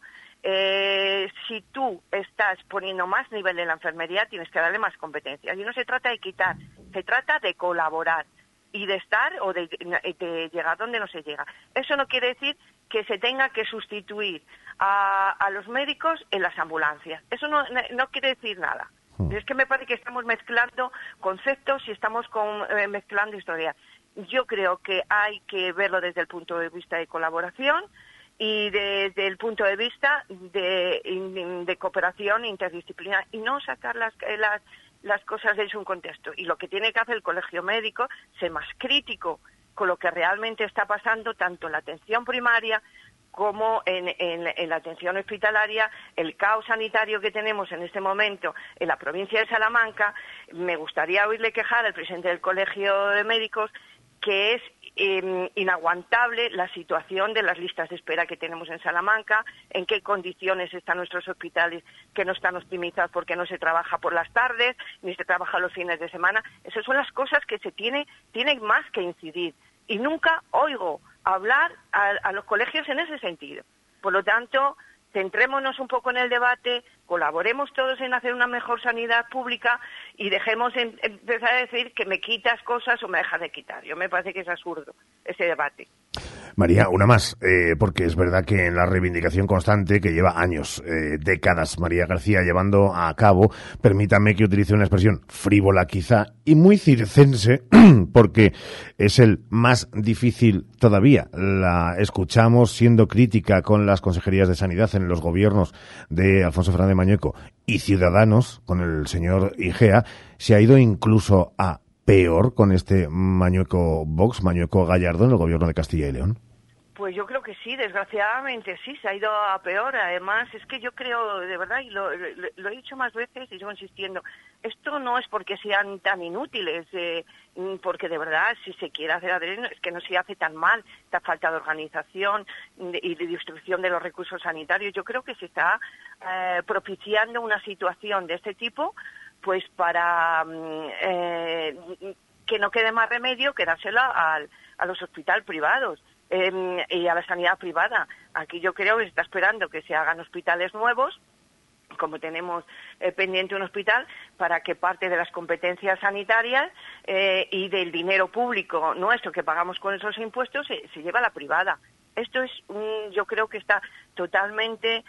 Eh, si tú estás poniendo más nivel en la enfermería, tienes que darle más competencias. Y no se trata de quitar, se trata de colaborar y de estar o de, de llegar donde no se llega. Eso no quiere decir que se tenga que sustituir a, a los médicos en las ambulancias. Eso no, no quiere decir nada. Es que me parece que estamos mezclando conceptos y estamos con, eh, mezclando historias. Yo creo que hay que verlo desde el punto de vista de colaboración y desde el punto de vista de, de cooperación interdisciplinar y no sacar las, las, las cosas de su contexto. Y lo que tiene que hacer el colegio médico es ser más crítico con lo que realmente está pasando tanto en la atención primaria como en, en, en la atención hospitalaria, el caos sanitario que tenemos en este momento en la provincia de Salamanca. Me gustaría oírle quejar al presidente del Colegio de Médicos que es eh, inaguantable la situación de las listas de espera que tenemos en Salamanca, en qué condiciones están nuestros hospitales que no están optimizados porque no se trabaja por las tardes, ni se trabaja los fines de semana. Esas son las cosas que se tiene, tienen más que incidir. Y nunca oigo hablar a, a los colegios en ese sentido. Por lo tanto, centrémonos un poco en el debate, colaboremos todos en hacer una mejor sanidad pública y dejemos en, empezar a decir que me quitas cosas o me dejas de quitar. Yo me parece que es absurdo ese debate. María, una más, eh, porque es verdad que en la reivindicación constante que lleva años, eh, décadas, María García llevando a cabo, permítame que utilice una expresión frívola quizá y muy circense, porque es el más difícil todavía. La escuchamos siendo crítica con las consejerías de Sanidad en los gobiernos de Alfonso Fernández Mañueco y Ciudadanos con el señor Igea, se ha ido incluso a peor con este Mañueco Vox, Mañueco Gallardo en el gobierno de Castilla y León. Pues yo creo que sí, desgraciadamente sí, se ha ido a peor. Además, es que yo creo, de verdad, y lo, lo, lo he dicho más veces y sigo insistiendo, esto no es porque sean tan inútiles, eh, porque de verdad, si se quiere hacer adreno, es que no se hace tan mal, esta falta de organización y de distribución de los recursos sanitarios. Yo creo que se está eh, propiciando una situación de este tipo, pues para eh, que no quede más remedio que dárselo al, a los hospitales privados. Eh, y a la sanidad privada. Aquí yo creo que se está esperando que se hagan hospitales nuevos, como tenemos eh, pendiente un hospital, para que parte de las competencias sanitarias eh, y del dinero público nuestro que pagamos con esos impuestos se, se lleva a la privada. Esto es, un, yo creo que está totalmente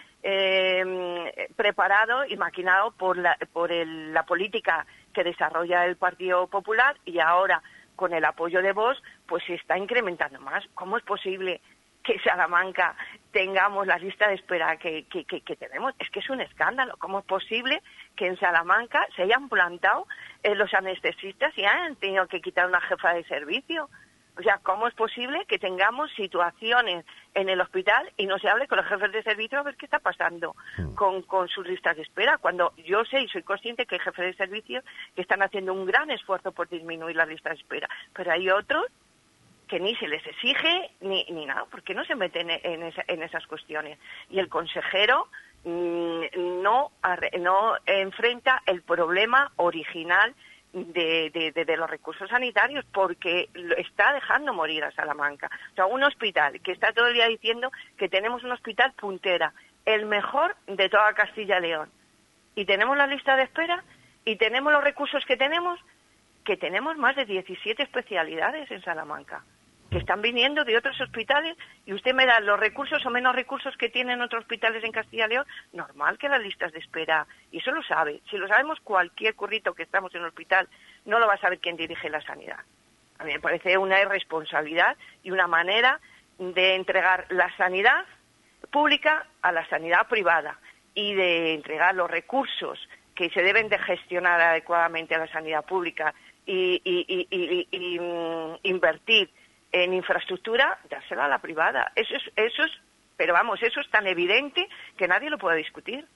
eh, preparado y maquinado por la, por el, la política que desarrolla el Partido Popular y ahora con el apoyo de Vox, pues se está incrementando más. ¿Cómo es posible que en Salamanca tengamos la lista de espera que, que, que, que tenemos? Es que es un escándalo. ¿Cómo es posible que en Salamanca se hayan plantado eh, los anestesistas y hayan tenido que quitar una jefa de servicio? O sea, ¿cómo es posible que tengamos situaciones en el hospital y no se hable con los jefes de servicio a ver qué está pasando con, con sus listas de espera? Cuando yo sé y soy consciente que hay jefes de servicio que están haciendo un gran esfuerzo por disminuir las listas de espera, pero hay otros que ni se les exige ni, ni nada, porque no se meten en, en, esa, en esas cuestiones. Y el consejero mmm, no, no enfrenta el problema original De, de, de, de los recursos sanitarios, porque lo está dejando morir a Salamanca. O sea, un hospital que está todo el día diciendo que tenemos un hospital puntera, el mejor de toda Castilla y León. Y tenemos la lista de espera y tenemos los recursos que tenemos, que tenemos más de diecisiete especialidades en Salamanca, que están viniendo de otros hospitales, y usted me da los recursos o menos recursos que tienen otros hospitales en Castilla y León, normal que las listas de espera, y eso lo sabe, si lo sabemos cualquier currito que estamos en un hospital, no lo va a saber quién dirige la sanidad. A mí me parece una irresponsabilidad y una manera de entregar la sanidad pública a la sanidad privada, y de entregar los recursos que se deben de gestionar adecuadamente a la sanidad pública y, y, y, y, y, y um, invertir en infraestructura, dársela a la privada. Eso es, eso es, pero vamos, eso es tan evidente que nadie lo puede discutir.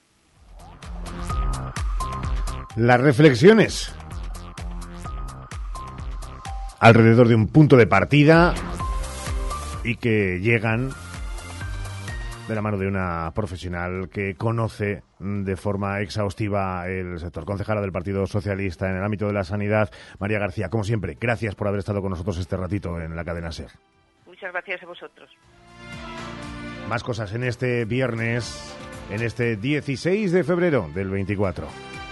Las reflexiones alrededor de un punto de partida y que llegan de la mano de una profesional que conoce de forma exhaustiva el sector. Concejala del Partido Socialista en el ámbito de la sanidad, María García, como siempre, gracias por haber estado con nosotros este ratito en la cadena SER. Muchas gracias a vosotros. Más cosas en este viernes, en este dieciséis de febrero del veinticuatro.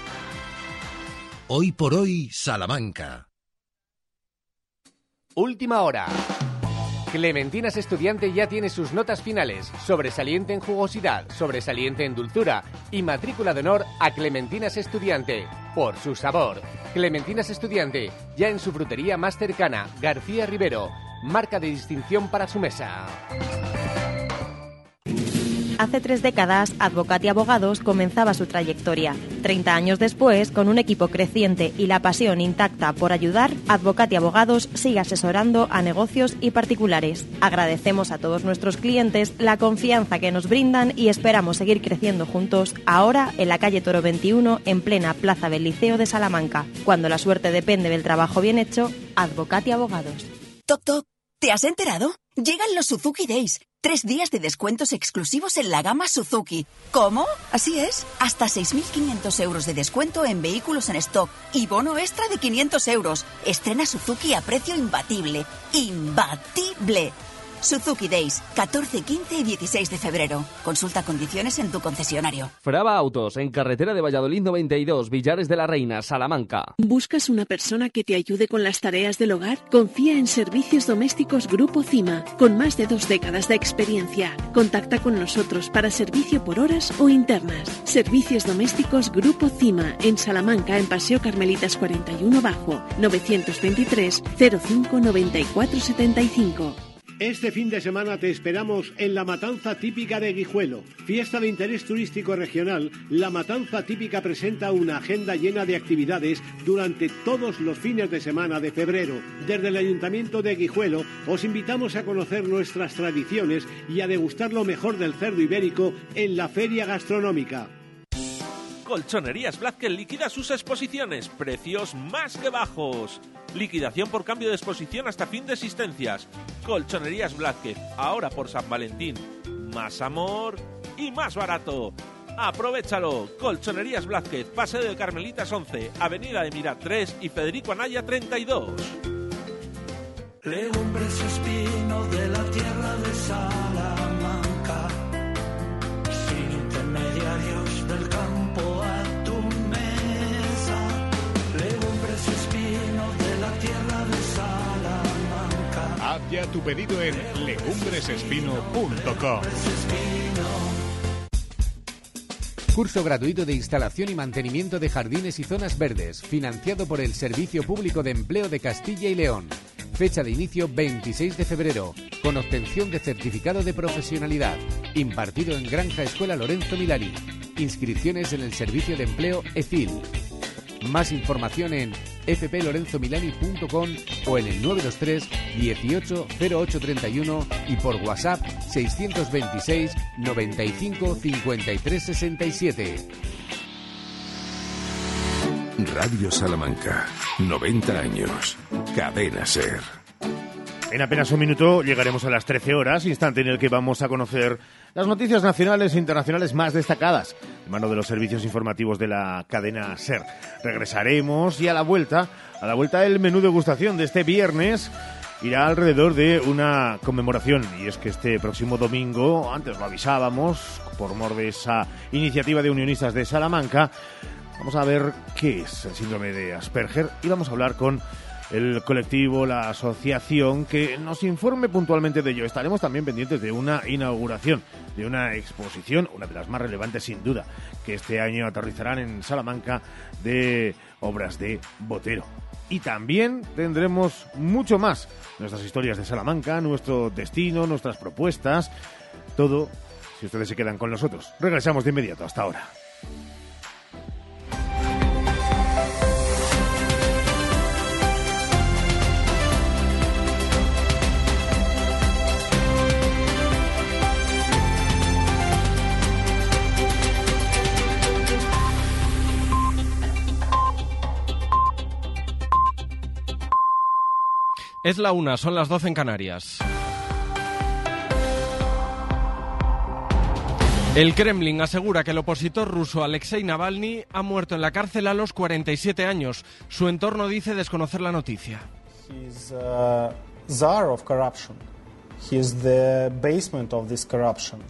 Hoy por hoy, Salamanca. Última hora. Clementinas Estudiante ya tiene sus notas finales. Sobresaliente en jugosidad, sobresaliente en dulzura y matrícula de honor a Clementinas Estudiante. Por su sabor. Clementinas Estudiante, ya en su frutería más cercana, García Rivero. Marca de distinción para su mesa. Hace tres décadas, Advocati Abogados comenzaba su trayectoria. Treinta años después, con un equipo creciente y la pasión intacta por ayudar, Advocati Abogados sigue asesorando a negocios y particulares. Agradecemos a todos nuestros clientes la confianza que nos brindan y esperamos seguir creciendo juntos ahora en la calle Toro veintiuno, en plena plaza del Liceo de Salamanca. Cuando la suerte depende del trabajo bien hecho, Advocati Abogados. Toc, toc, ¿te has enterado? Llegan los Suzuki Days. Tres días de descuentos exclusivos en la gama Suzuki. ¿Cómo? Así es. Hasta seis mil quinientos euros de descuento en vehículos en stock y bono extra de quinientos euros. Estrena Suzuki a precio imbatible. ¡Imbatible! Suzuki Days, catorce, quince y dieciséis de febrero. Consulta condiciones en tu concesionario. Frava Autos, en carretera de Valladolid noventa y dos, Villares de la Reina, Salamanca. ¿Buscas una persona que te ayude con las tareas del hogar? Confía en Servicios Domésticos Grupo CIMA, con más de dos décadas de experiencia. Contacta con nosotros para servicio por horas o internas. Servicios Domésticos Grupo CIMA, en Salamanca, en Paseo Carmelitas cuarenta y uno Bajo, novecientos veintitrés, cero cinco, noventa y cuatro, setenta y cinco. Este fin de semana te esperamos en la Matanza Típica de Guijuelo. Fiesta de interés turístico regional, la Matanza Típica presenta una agenda llena de actividades durante todos los fines de semana de febrero. Desde el Ayuntamiento de Guijuelo os invitamos a conocer nuestras tradiciones y a degustar lo mejor del cerdo ibérico en la feria gastronómica. Colchonerías Blázquez liquida sus exposiciones, precios más que bajos. Liquidación por cambio de exposición hasta fin de existencias. Colchonerías Blázquez, ahora por San Valentín. Más amor y más barato. Aprovechalo. Colchonerías Blázquez, Paseo de Carmelitas once, Avenida de Mirat tres y Federico Anaya treinta y dos. Legumbres espino de la tierra de Salamanca, sin intermediarios del campo a tu mesa. Legumbres espino de la tierra de Salamanca. Haz ya tu pedido en legumbresespino punto com. Curso gratuito de instalación y mantenimiento de jardines y zonas verdes, financiado por el Servicio Público de Empleo de Castilla y León. Fecha de inicio veintiséis de febrero, con obtención de certificado de profesionalidad, impartido en Granja Escuela Lorenzo Milani. Inscripciones en el Servicio de Empleo E F I L. Más información en f p lorenzo milani punto com o en el nueve dos tres, dieciocho, cero ocho treinta y uno y por WhatsApp seiscientos veintiséis, noventa y cinco, cincuenta y tres sesenta y siete. Radio Salamanca, noventa años. Cadena SER. En apenas un minuto llegaremos a las trece horas, instante en el que vamos a conocer las noticias nacionales e internacionales más destacadas, de mano de los servicios informativos de la cadena SER. Regresaremos y a la vuelta, a la vuelta el menú degustación de este viernes irá alrededor de una conmemoración, y es que este próximo domingo, antes lo avisábamos, por mor de esa iniciativa de unionistas de Salamanca, vamos a ver qué es el síndrome de Asperger y vamos a hablar con el colectivo, la asociación, que nos informe puntualmente de ello. Estaremos también pendientes de una inauguración, de una exposición, una de las más relevantes sin duda, que este año aterrizarán en Salamanca, de obras de Botero. Y también tendremos mucho más, nuestras historias de Salamanca, nuestro destino, nuestras propuestas, todo, si ustedes se quedan con nosotros. Regresamos de inmediato, hasta ahora. Es la una, son las doce en Canarias. El Kremlin asegura que el opositor ruso Alexei Navalny ha muerto en la cárcel a los cuarenta y siete años. Su entorno dice desconocer la noticia. He's a czar of corruption. He's the basement of this corruption.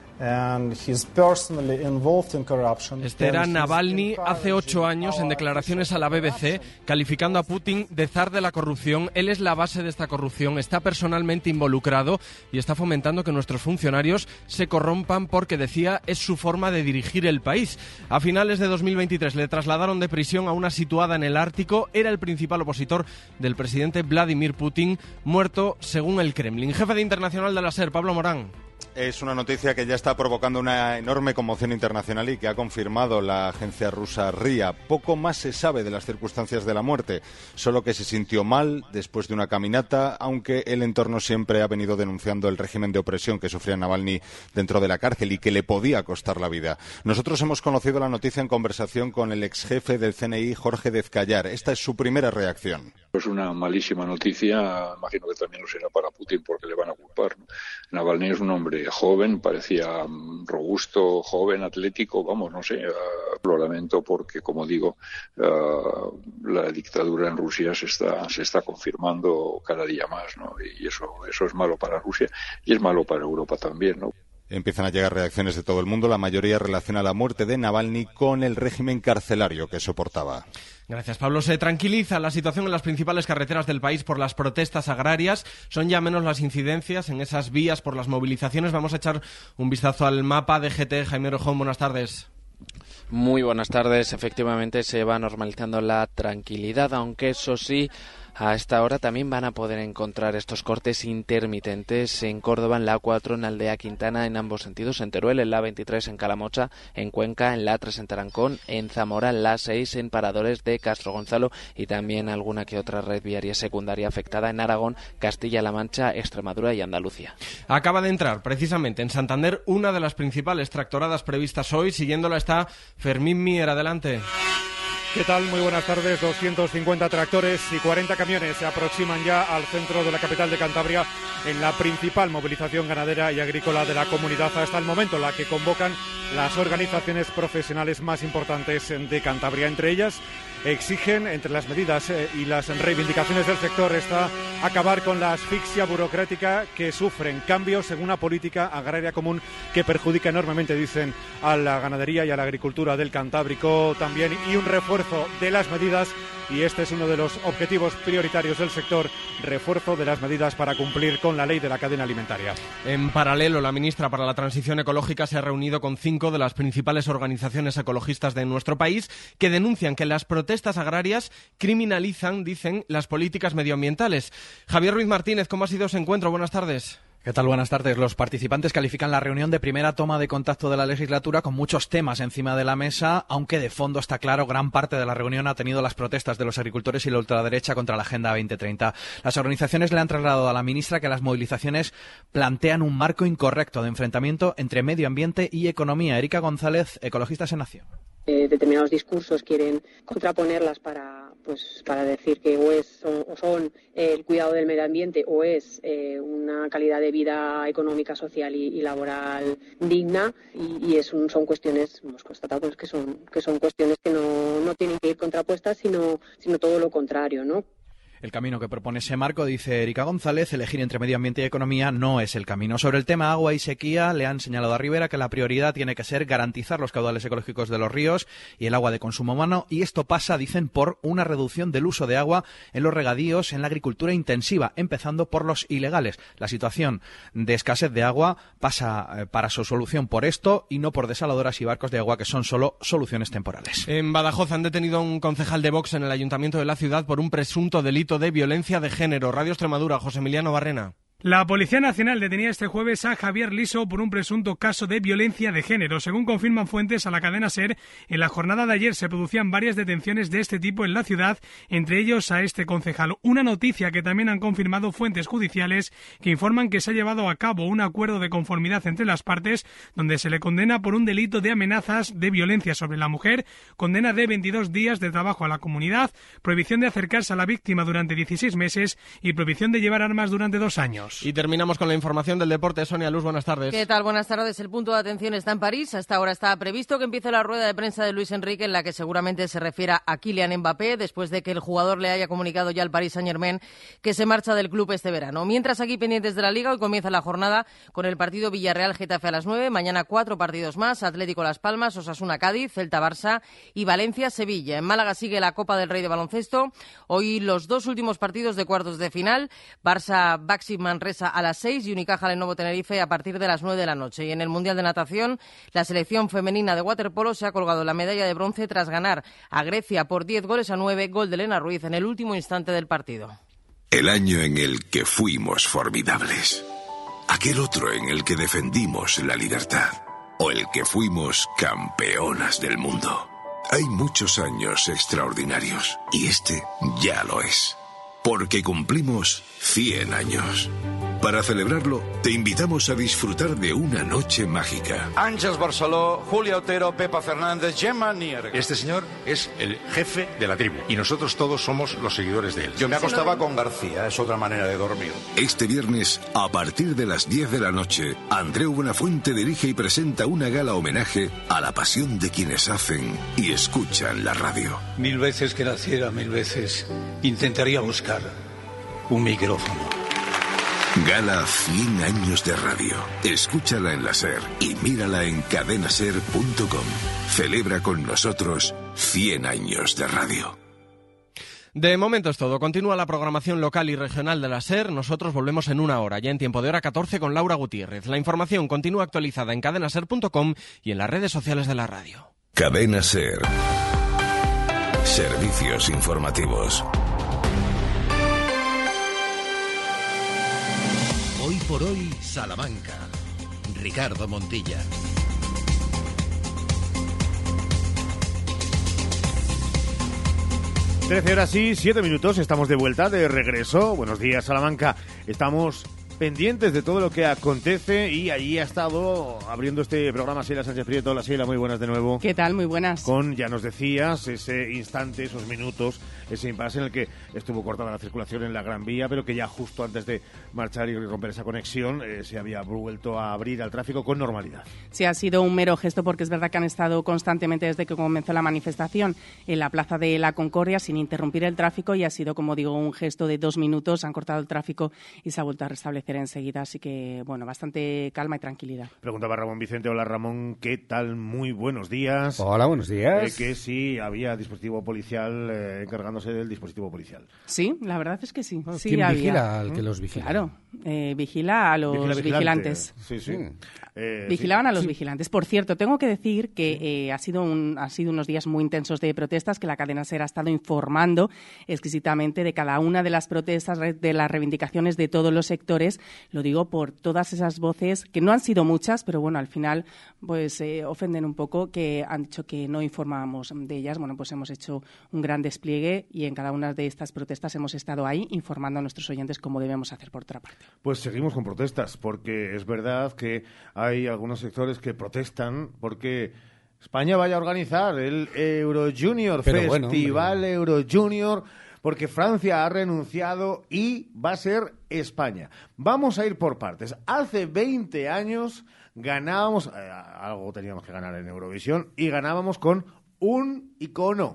And he's personally involved in corruption. Este era Navalny hace ocho años en declaraciones a la B B C, calificando a Putin de zar de la corrupción. Él es la base de esta corrupción, está personalmente involucrado y está fomentando que nuestros funcionarios se corrompan porque, decía, es su forma de dirigir el país. A finales de dos mil veintitrés le trasladaron de prisión a una situada en el Ártico. Era el principal opositor del presidente Vladimir Putin, muerto según el Kremlin. Jefe de Internacional de la SER, Pablo Morán. Es una noticia que ya está provocando una enorme conmoción internacional y que ha confirmado la agencia rusa R I A. Poco más se sabe de las circunstancias de la muerte, solo que se sintió mal después de una caminata, aunque el entorno siempre ha venido denunciando el régimen de opresión que sufría Navalny dentro de la cárcel y que le podía costar la vida. Nosotros hemos conocido la noticia en conversación con el ex jefe del C N I, Jorge Dezcayar. Esta es su primera reacción. Es una malísima noticia, imagino que también lo será para Putin porque le van a culpar, ¿no? Navalny es un hombre joven, parecía robusto, joven, atlético, vamos, no sé, uh, lo lamento porque, como digo, uh, la dictadura en Rusia se está se está confirmando cada día más, ¿no? Y eso eso es malo para Rusia y es malo para Europa también, ¿no? Empiezan a llegar reacciones de todo el mundo. La mayoría relaciona la muerte de Navalny con el régimen carcelario que soportaba. Gracias, Pablo. Se tranquiliza la situación en las principales carreteras del país por las protestas agrarias. Son ya menos las incidencias en esas vías por las movilizaciones. Vamos a echar un vistazo al mapa de G T. Jaime Orejón, buenas tardes. Muy buenas tardes. Efectivamente se va normalizando la tranquilidad, aunque eso sí, a esta hora también van a poder encontrar estos cortes intermitentes en Córdoba, en la A cuatro, en Aldea Quintana, en ambos sentidos, en Teruel, en la A veintitrés, en Calamocha, en Cuenca, en la A tres, en Tarancón, en Zamora, en la A seis, en paradores de Castro Gonzalo y también alguna que otra red viaria secundaria afectada en Aragón, Castilla-La Mancha, Extremadura y Andalucía. Acaba de entrar precisamente en Santander una de las principales tractoradas previstas hoy. Siguiéndola está Fermín Mier. Adelante. ¿Qué tal? Muy buenas tardes. doscientos cincuenta tractores y cuarenta camiones se aproximan ya al centro de la capital de Cantabria en la principal movilización ganadera y agrícola de la comunidad hasta el momento, la que convocan las organizaciones profesionales más importantes de Cantabria. Entre ellas exigen, entre las medidas eh, y las reivindicaciones del sector, está acabar con la asfixia burocrática que sufren, cambios en una política agraria común que perjudica enormemente, dicen, a la ganadería y a la agricultura del Cantábrico también, y un refuerzo de las medidas, y este es uno de los objetivos prioritarios del sector, refuerzo de las medidas para cumplir con la ley de la cadena alimentaria. En paralelo, la ministra para la Transición Ecológica se ha reunido con cinco de las principales organizaciones ecologistas de nuestro país que denuncian que las protestas agrarias criminalizan, dicen, las políticas medioambientales. Javier Ruiz Martínez, ¿cómo ha sido ese encuentro? Buenas tardes. ¿Qué tal? Buenas tardes. Los participantes califican la reunión de primera toma de contacto de la legislatura con muchos temas encima de la mesa, aunque de fondo está claro, gran parte de la reunión ha tenido las protestas de los agricultores y la ultraderecha contra la Agenda veinte treinta. Las organizaciones le han trasladado a la ministra que las movilizaciones plantean un marco incorrecto de enfrentamiento entre medio ambiente y economía. Erika González, Ecologistas en Acción. Eh, determinados discursos quieren contraponerlas para pues para decir que o es son, o son eh, el cuidado del medio ambiente o es eh, una calidad de vida económica, social y, y laboral digna, y, y es un, son cuestiones, hemos constatado pues, que son que son cuestiones que no, no tienen que ir contrapuestas, sino sino todo lo contrario, ¿no? El camino que propone ese marco, dice Erika González, elegir entre medio ambiente y economía no es el camino. Sobre el tema agua y sequía, le han señalado a Rivera que la prioridad tiene que ser garantizar los caudales ecológicos de los ríos y el agua de consumo humano, y esto pasa, dicen, por una reducción del uso de agua en los regadíos, en la agricultura intensiva, empezando por los ilegales. La situación de escasez de agua pasa eh, para su solución por esto y no por desaladoras y barcos de agua, que son solo soluciones temporales. En Badajoz han detenido a un concejal de Vox en el ayuntamiento de la ciudad por un presunto delito de violencia de género. Radio Extremadura, José Emiliano Barrena. La Policía Nacional detenía este jueves a Javier Liso por un presunto caso de violencia de género. Según confirman fuentes a la cadena SER, en la jornada de ayer se producían varias detenciones de este tipo en la ciudad, entre ellos a este concejal. Una noticia que también han confirmado fuentes judiciales que informan que se ha llevado a cabo un acuerdo de conformidad entre las partes donde se le condena por un delito de amenazas de violencia sobre la mujer, condena de veintidós días de trabajo a la comunidad, prohibición de acercarse a la víctima durante dieciséis meses y prohibición de llevar armas durante dos años. Vámonos. Y terminamos con la información del deporte. Sonia Luz, buenas tardes. ¿Qué tal? Buenas tardes. El punto de atención está en París. Hasta ahora está previsto que empiece la rueda de prensa de Luis Enrique, en la que seguramente se refiera a Kylian Mbappé, después de que el jugador le haya comunicado ya al Paris Saint-Germain que se marcha del club este verano. Mientras, aquí pendientes de la Liga, hoy comienza la jornada con el partido Villarreal-Getafe a las nueve. Mañana cuatro partidos más: Atlético Las Palmas, Osasuna-Cádiz, Celta-Barça y Valencia-Sevilla. En Málaga sigue la Copa del Rey de baloncesto. Hoy los dos últimos partidos de cuartos de final: Barça-Baxi Manresa a las seis y Unicaja-Lenovo Tenerife a partir de las nueve de la noche. Y en el Mundial de Natación, la selección femenina de waterpolo se ha colgado la medalla de bronce tras ganar a Grecia por diez goles a nueve, gol de Elena Ruiz en el último instante del partido. El año en el que fuimos formidables. Aquel otro en el que defendimos la libertad. O el que fuimos campeonas del mundo. Hay muchos años extraordinarios y este ya lo es. Porque cumplimos cien años. Para celebrarlo, te invitamos a disfrutar de una noche mágica. Ángels Barceló, Julia Otero, Pepa Fernández, Gemma Nierga. Este señor es el jefe de la tribu y nosotros todos somos los seguidores de él. Yo me acostaba con García, es otra manera de dormir. Este viernes, a partir de las diez de la noche, Andreu Buenafuente dirige y presenta una gala homenaje a la pasión de quienes hacen y escuchan la radio. Mil veces que naciera, mil veces intentaría buscar un micrófono. Gala cien años de radio. Escúchala en la SER y mírala en cadena ser punto com. Celebra con nosotros cien años de radio. De momento es todo. Continúa la programación local y regional de la SER. Nosotros volvemos en una hora, ya en tiempo de hora catorce, con Laura Gutiérrez. La información continúa actualizada en cadena ser punto com y en las redes sociales de la radio. Cadena SER. Servicios informativos. Hoy por hoy, Salamanca. Ricardo Montilla. trece horas y siete minutos, estamos de vuelta, de regreso. Buenos días, Salamanca. Estamos pendientes de todo lo que acontece y allí ha estado abriendo este programa Sheila Sánchez Prieto. Hola, Sheila, muy buenas de nuevo. ¿Qué tal? Muy buenas. Con, ya nos decías, ese instante, esos minutos, ese impasse en el que estuvo cortada la circulación en la Gran Vía, pero que ya justo antes de marchar y romper esa conexión eh, se había vuelto a abrir al tráfico con normalidad. Sí, ha sido un mero gesto, porque es verdad que han estado constantemente desde que comenzó la manifestación en la Plaza de la Concordia sin interrumpir el tráfico, y ha sido, como digo, un gesto de dos minutos. Han cortado el tráfico y se ha vuelto a restablecer enseguida, así que, bueno, bastante calma y tranquilidad. Preguntaba Ramón Vicente. Hola, Ramón, ¿qué tal? Muy buenos días. Hola, buenos días. Eh, que sí había dispositivo policial eh, encargándose del dispositivo policial. Sí, la verdad es que sí. Ah, sí ¿Quién había. vigila al que los vigila? Claro, eh, vigila a los vigila vigilantes. Sí, sí. Mm. Eh, Vigilaban sí. a los sí. vigilantes. Por cierto, tengo que decir que eh, ha sido un, ha sido unos días muy intensos de protestas, que la cadena SER ha estado informando exquisitamente de cada una de las protestas, de las reivindicaciones de todos los sectores. Lo digo por todas esas voces, que no han sido muchas, pero bueno, al final pues eh, ofenden un poco, que han dicho que no informábamos de ellas. Bueno, pues hemos hecho un gran despliegue y en cada una de estas protestas hemos estado ahí informando a nuestros oyentes cómo debemos hacer por otra parte. Pues seguimos con protestas, porque es verdad que hay algunos sectores que protestan porque España vaya a organizar el Euro Junior, Pero Festival bueno, Euro Junior, porque Francia ha renunciado y va a ser España. Vamos a ir por partes. Hace veinte años ganábamos, eh, algo teníamos que ganar en Eurovisión, y ganábamos con un icono.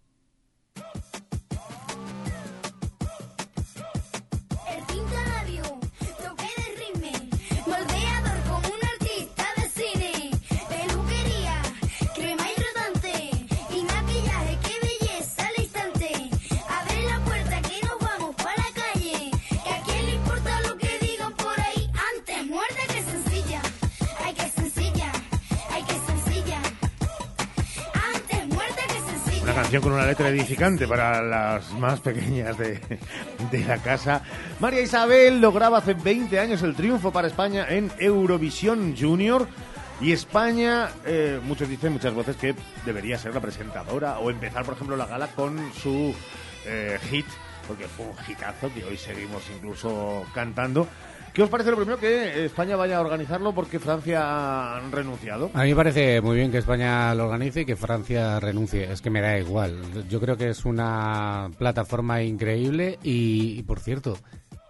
Canción con una letra edificante para las más pequeñas de, de la casa. María Isabel lograba hace veinte años el triunfo para España en Eurovisión Junior. Y España, eh, muchos dicen, muchas voces, que debería ser la presentadora o empezar, por ejemplo, la gala con su eh, hit, porque fue un hitazo que hoy seguimos incluso cantando. ¿Qué os parece lo primero, que España vaya a organizarlo porque Francia han renunciado? A mí me parece muy bien que España lo organice y que Francia renuncie. Es que me da igual. Yo creo que es una plataforma increíble y, y por cierto,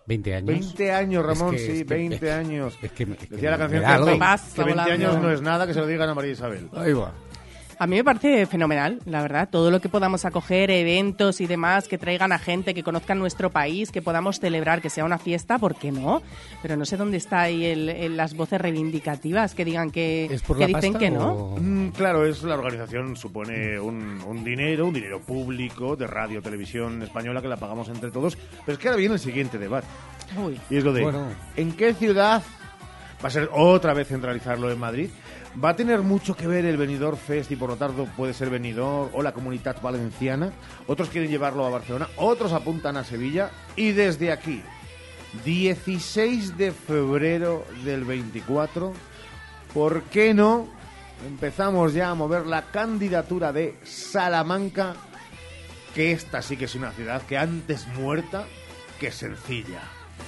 veinte años. veinte años, Ramón, es que, sí, es que, veinte es, años. Es que, es que decía la canción que, que, algo. que veinte años no es nada, que se lo digan a María Isabel. Ahí va. A mí me parece fenomenal, la verdad, todo lo que podamos acoger, eventos y demás, que traigan a gente, que conozcan nuestro país, que podamos celebrar, que sea una fiesta, ¿por qué no? Pero no sé dónde está ahí el, el, las voces reivindicativas que digan que, ¿Es por que la dicen pasta que no. o...? Mm, claro, es la organización, supone un, un dinero, un dinero público de radio, televisión española que la pagamos entre todos, pero es que ahora viene el siguiente debate. Uy. Y es lo de, Bueno. ¿en qué ciudad va a ser otra vez centralizarlo en Madrid? ¿Va a tener mucho que ver el Benidorm Fest y por lo tanto puede ser Benidorm o la Comunitat Valenciana? Otros quieren llevarlo a Barcelona, otros apuntan a Sevilla. Y desde aquí, dieciséis de febrero del veinticuatro, ¿por qué no empezamos ya a mover la candidatura de Salamanca? Que esta sí que es una ciudad que antes muerta que sencilla.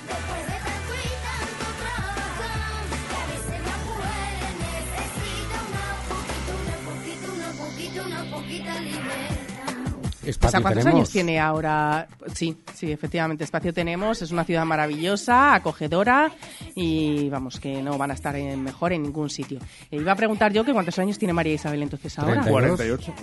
Pues ¿a cuántos tenemos? años tiene ahora? Sí, sí, efectivamente, espacio tenemos. Es una ciudad maravillosa, acogedora y vamos, que no van a estar en, mejor en ningún sitio. E iba a preguntar yo que cuántos años tiene María Isabel entonces ahora. cuarenta y ocho.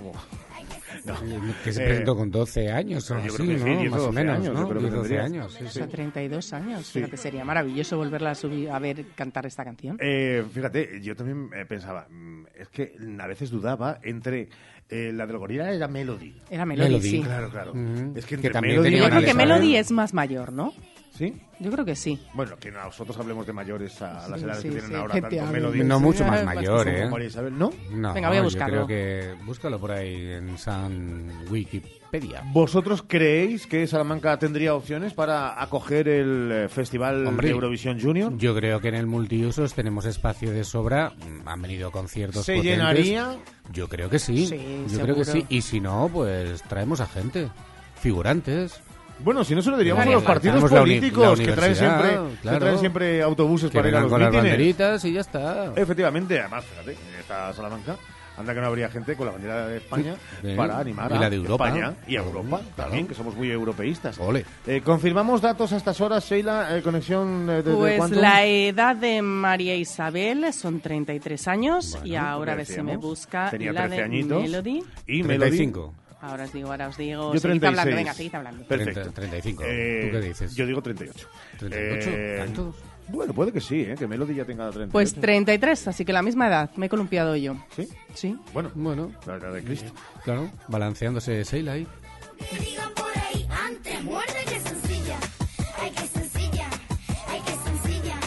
No. Que se presentó eh, con doce años o yo así, creo que sí, ¿no? diez, Más o menos, años, ¿no? yo creo que diez, doce tendría. años. Sí, O sí. sea, treinta y dos años. Sí. Fíjate, sería maravilloso volverla a, subir, a ver cantar esta canción. Eh, fíjate, yo también eh, pensaba, es que a veces dudaba entre eh, la del gorila era Melody. Era Melody, Melody. sí. Claro, claro. Mm-hmm. Es que, Que entre también Melody tenía y Yo creo que Isabel- Melody es más mayor, ¿no? ¿Sí? Yo creo que sí. Bueno, que nosotros hablemos de mayores a, a las Sí, edades sí, que tienen sí, ahora, tanto efectivamente. Melody No mucho más Sí, mayor, bastante. ¿eh? como María Isabel, ¿no? No, Venga, voy a buscarlo. Yo creo que búscalo por ahí en San Wikipedia. ¿Vosotros creéis que Salamanca tendría opciones para acoger el eh, Festival Hombre, de Eurovisión Junior? Yo creo que en el multiusos tenemos espacio de sobra. Han venido conciertos ¿Se potentes. llenaría? Yo creo que sí. Sí, Yo creo que seguro. sí. Y si no, pues traemos a gente. Figurantes. Bueno, si no se lo diríamos Claro, a los partidos lanzamos la uni- políticos la que traen universidad, siempre, que claro. traen siempre autobuses Que para ir a vengan los con las mítines. banderitas y ya está. Efectivamente, además, fíjate, está Salamanca. Anda que no habría gente con la bandera de España Sí. para animar Y a la de Europa. España y a Claro, Europa claro. también, que somos muy europeístas. Ole. Eh, ¿Confirmamos datos a estas horas, Sheila? Eh, ¿Conexión eh, de, de Pues cuánto? la edad de María Isabel son treinta y tres años Bueno, y ahora a ver si decíamos, me busca tenía la trece de añitos. Melody. Y treinta y Melody. cinco. Ahora os digo, ahora os digo. Yo seguid treinta y hablando, seis. venga, seguid hablando. Perfecto. treinta y cinco. Eh, ¿Tú qué dices? Yo digo treinta y ocho. ¿treinta y ocho? Eh, ¿Tantos? Bueno, puede que sí, ¿eh? Que Melody ya tenga treinta y ocho. Pues treinta y tres, así que la misma edad. Me he columpiado yo. ¿Sí? Sí. Bueno, Bueno, la edad de Cristo. claro, balanceándose Sheila ahí. Que digan por ahí, antes muerde que sencilla. Ay, que sencilla. Ay, que sencilla.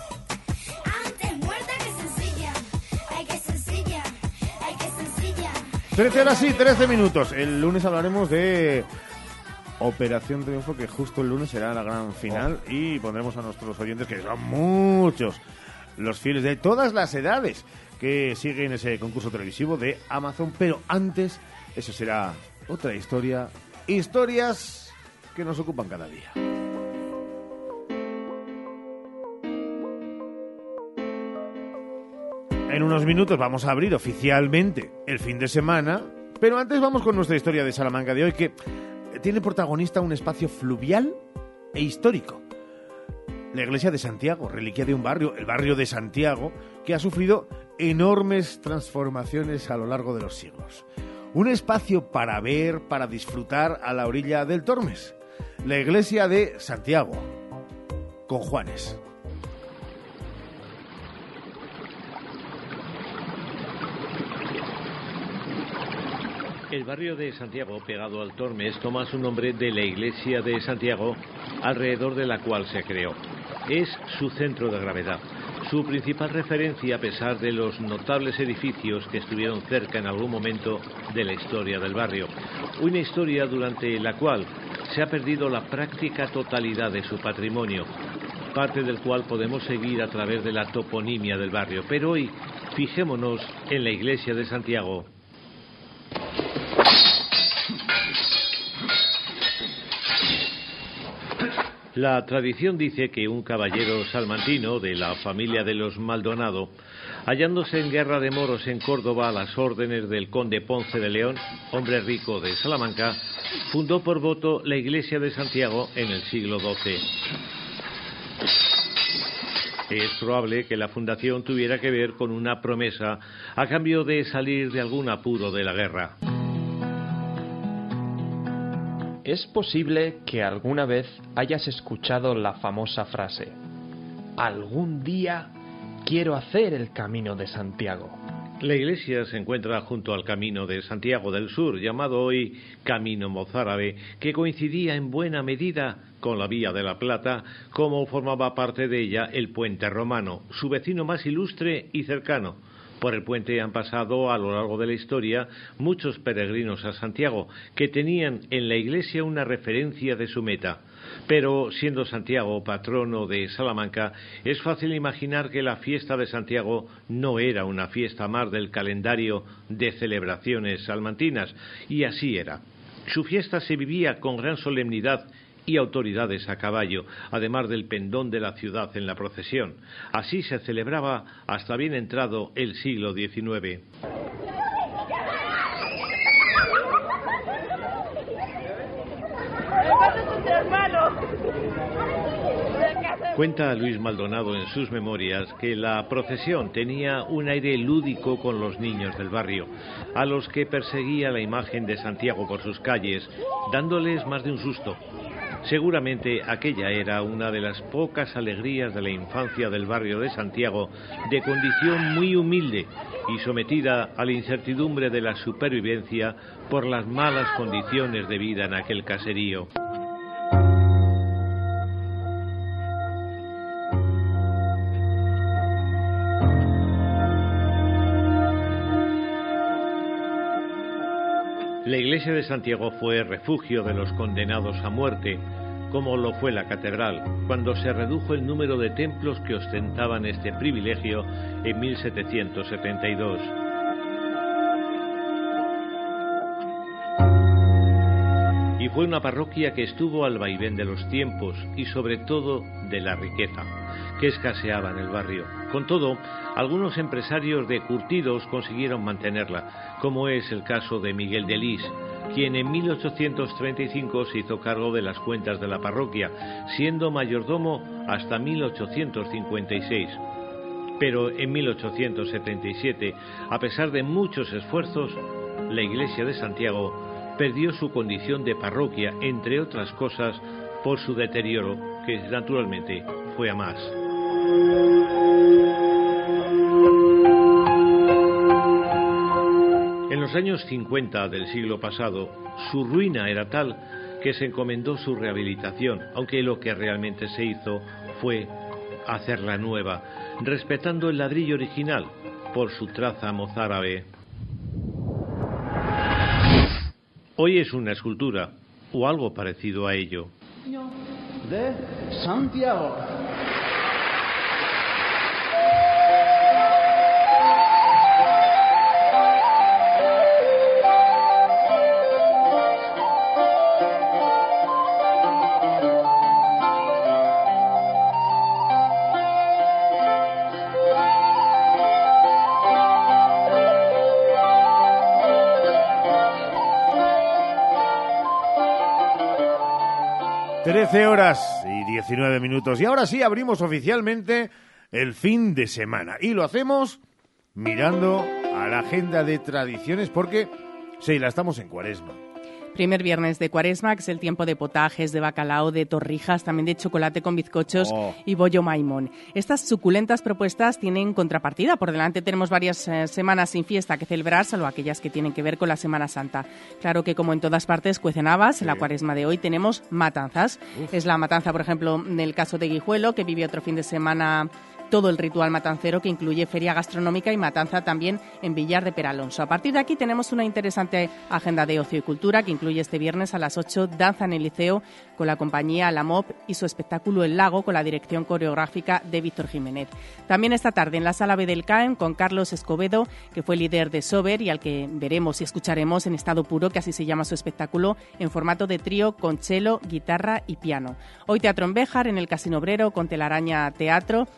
Antes muerta que sencilla. Ay, que sencilla. Ay, que sencilla. trece horas y trece minutos. El lunes hablaremos de Operación Triunfo, que justo el lunes será la gran final y pondremos a nuestros oyentes, que son muchos, los fieles de todas las edades que siguen ese concurso televisivo de Amazon. Pero antes, eso será otra historia. Historias que nos ocupan cada día. En unos minutos vamos a abrir oficialmente el fin de semana, pero antes vamos con nuestra historia de Salamanca de hoy, que tiene protagonista un espacio fluvial e histórico. La iglesia de Santiago, reliquia de un barrio, el barrio de Santiago, que ha sufrido enormes transformaciones a lo largo de los siglos. Un espacio para ver, para disfrutar a la orilla del Tormes. La iglesia de Santiago, con Juanes. El barrio de Santiago, pegado al Tormes, toma su nombre de la iglesia de Santiago, alrededor de la cual se creó. Es su centro de gravedad, su principal referencia a pesar de los notables edificios que estuvieron cerca en algún momento de la historia del barrio. Una historia durante la cual se ha perdido la práctica totalidad de su patrimonio, parte del cual podemos seguir a través de la toponimia del barrio. Pero hoy, fijémonos en la iglesia de Santiago. La tradición dice que un caballero salmantino de la familia de los Maldonado, hallándose en guerra de moros en Córdoba a las órdenes del conde Ponce de León, hombre rico de Salamanca, fundó por voto la iglesia de Santiago en el siglo doce. Es probable que la fundación tuviera que ver con una promesa a cambio de salir de algún apuro de la guerra. Es posible que alguna vez hayas escuchado la famosa frase: algún día quiero hacer el Camino de Santiago. La iglesia se encuentra junto al Camino de Santiago del Sur, llamado hoy Camino Mozárabe, que coincidía en buena medida con la Vía de la Plata, como formaba parte de ella el Puente Romano, su vecino más ilustre y cercano. Por el puente han pasado a lo largo de la historia muchos peregrinos a Santiago, que tenían en la iglesia una referencia de su meta. Pero, siendo Santiago patrono de Salamanca, es fácil imaginar que la fiesta de Santiago no era una fiesta más del calendario de celebraciones salmantinas, y así era. Su fiesta se vivía con gran solemnidad y autoridades a caballo, además del pendón de la ciudad en la procesión. Así se celebraba hasta bien entrado el siglo diecinueve. Cuenta Luis Maldonado en sus memorias que la procesión tenía un aire lúdico con los niños del barrio, a los que perseguía la imagen de Santiago por sus calles, dándoles más de un susto. Seguramente aquella era una de las pocas alegrías de la infancia del barrio de Santiago, de condición muy humilde y sometida a la incertidumbre de la supervivencia por las malas condiciones de vida en aquel caserío. La iglesia de Santiago fue refugio de los condenados a muerte, como lo fue la catedral, cuando se redujo el número de templos que ostentaban este privilegio en mil setecientos setenta y dos. Y fue una parroquia que estuvo al vaivén de los tiempos y sobre todo de la riqueza, que escaseaba en el barrio. Con todo, algunos empresarios de curtidos consiguieron mantenerla, como es el caso de Miguel de Lis, quien en mil ochocientos treinta y cinco se hizo cargo de las cuentas de la parroquia, siendo mayordomo hasta mil ochocientos cincuenta y seis. Pero en mil ochocientos setenta y siete, a pesar de muchos esfuerzos, la iglesia de Santiago perdió su condición de parroquia, entre otras cosas, por su deterioro, que naturalmente fue a más. En los años cincuenta del siglo pasado, su ruina era tal que se encomendó su rehabilitación, aunque lo que realmente se hizo fue hacerla nueva, respetando el ladrillo original por su traza mozárabe. Hoy es una escultura, o algo parecido a ello. De Santiago. trece horas y diecinueve minutos. Y ahora sí, abrimos oficialmente el fin de semana. Y lo hacemos mirando a la agenda de tradiciones porque, sí, la estamos en Cuaresma. Primer viernes de Cuaresma, que es el tiempo de potajes, de bacalao, de torrijas, también de chocolate con bizcochos oh. y bollo maimón. Estas suculentas propuestas tienen contrapartida. Por delante tenemos varias eh, semanas sin fiesta que celebrar, salvo aquellas que tienen que ver con la Semana Santa. Claro que, como en todas partes, cuecen habas. Sí. En la Cuaresma de hoy tenemos matanzas. Uf. Es la matanza, por ejemplo, en el caso de Guijuelo, que vive otro fin de semana todo el ritual matancero, que incluye feria gastronómica y matanza también en Villar de Peralonso. A partir de aquí tenemos una interesante agenda de ocio y cultura que incluye este viernes a las ocho danza en el Liceo con la compañía La Mop y su espectáculo El Lago con la dirección coreográfica de Víctor Jiménez. También esta tarde en la Sala B del C A E M con Carlos Escobedo, que fue líder de Sober y al que veremos y escucharemos en estado puro, que así se llama su espectáculo, en formato de trío con cello, guitarra y piano. Hoy teatro en Béjar, en el Casino Obrero con Telaraña Teatro y en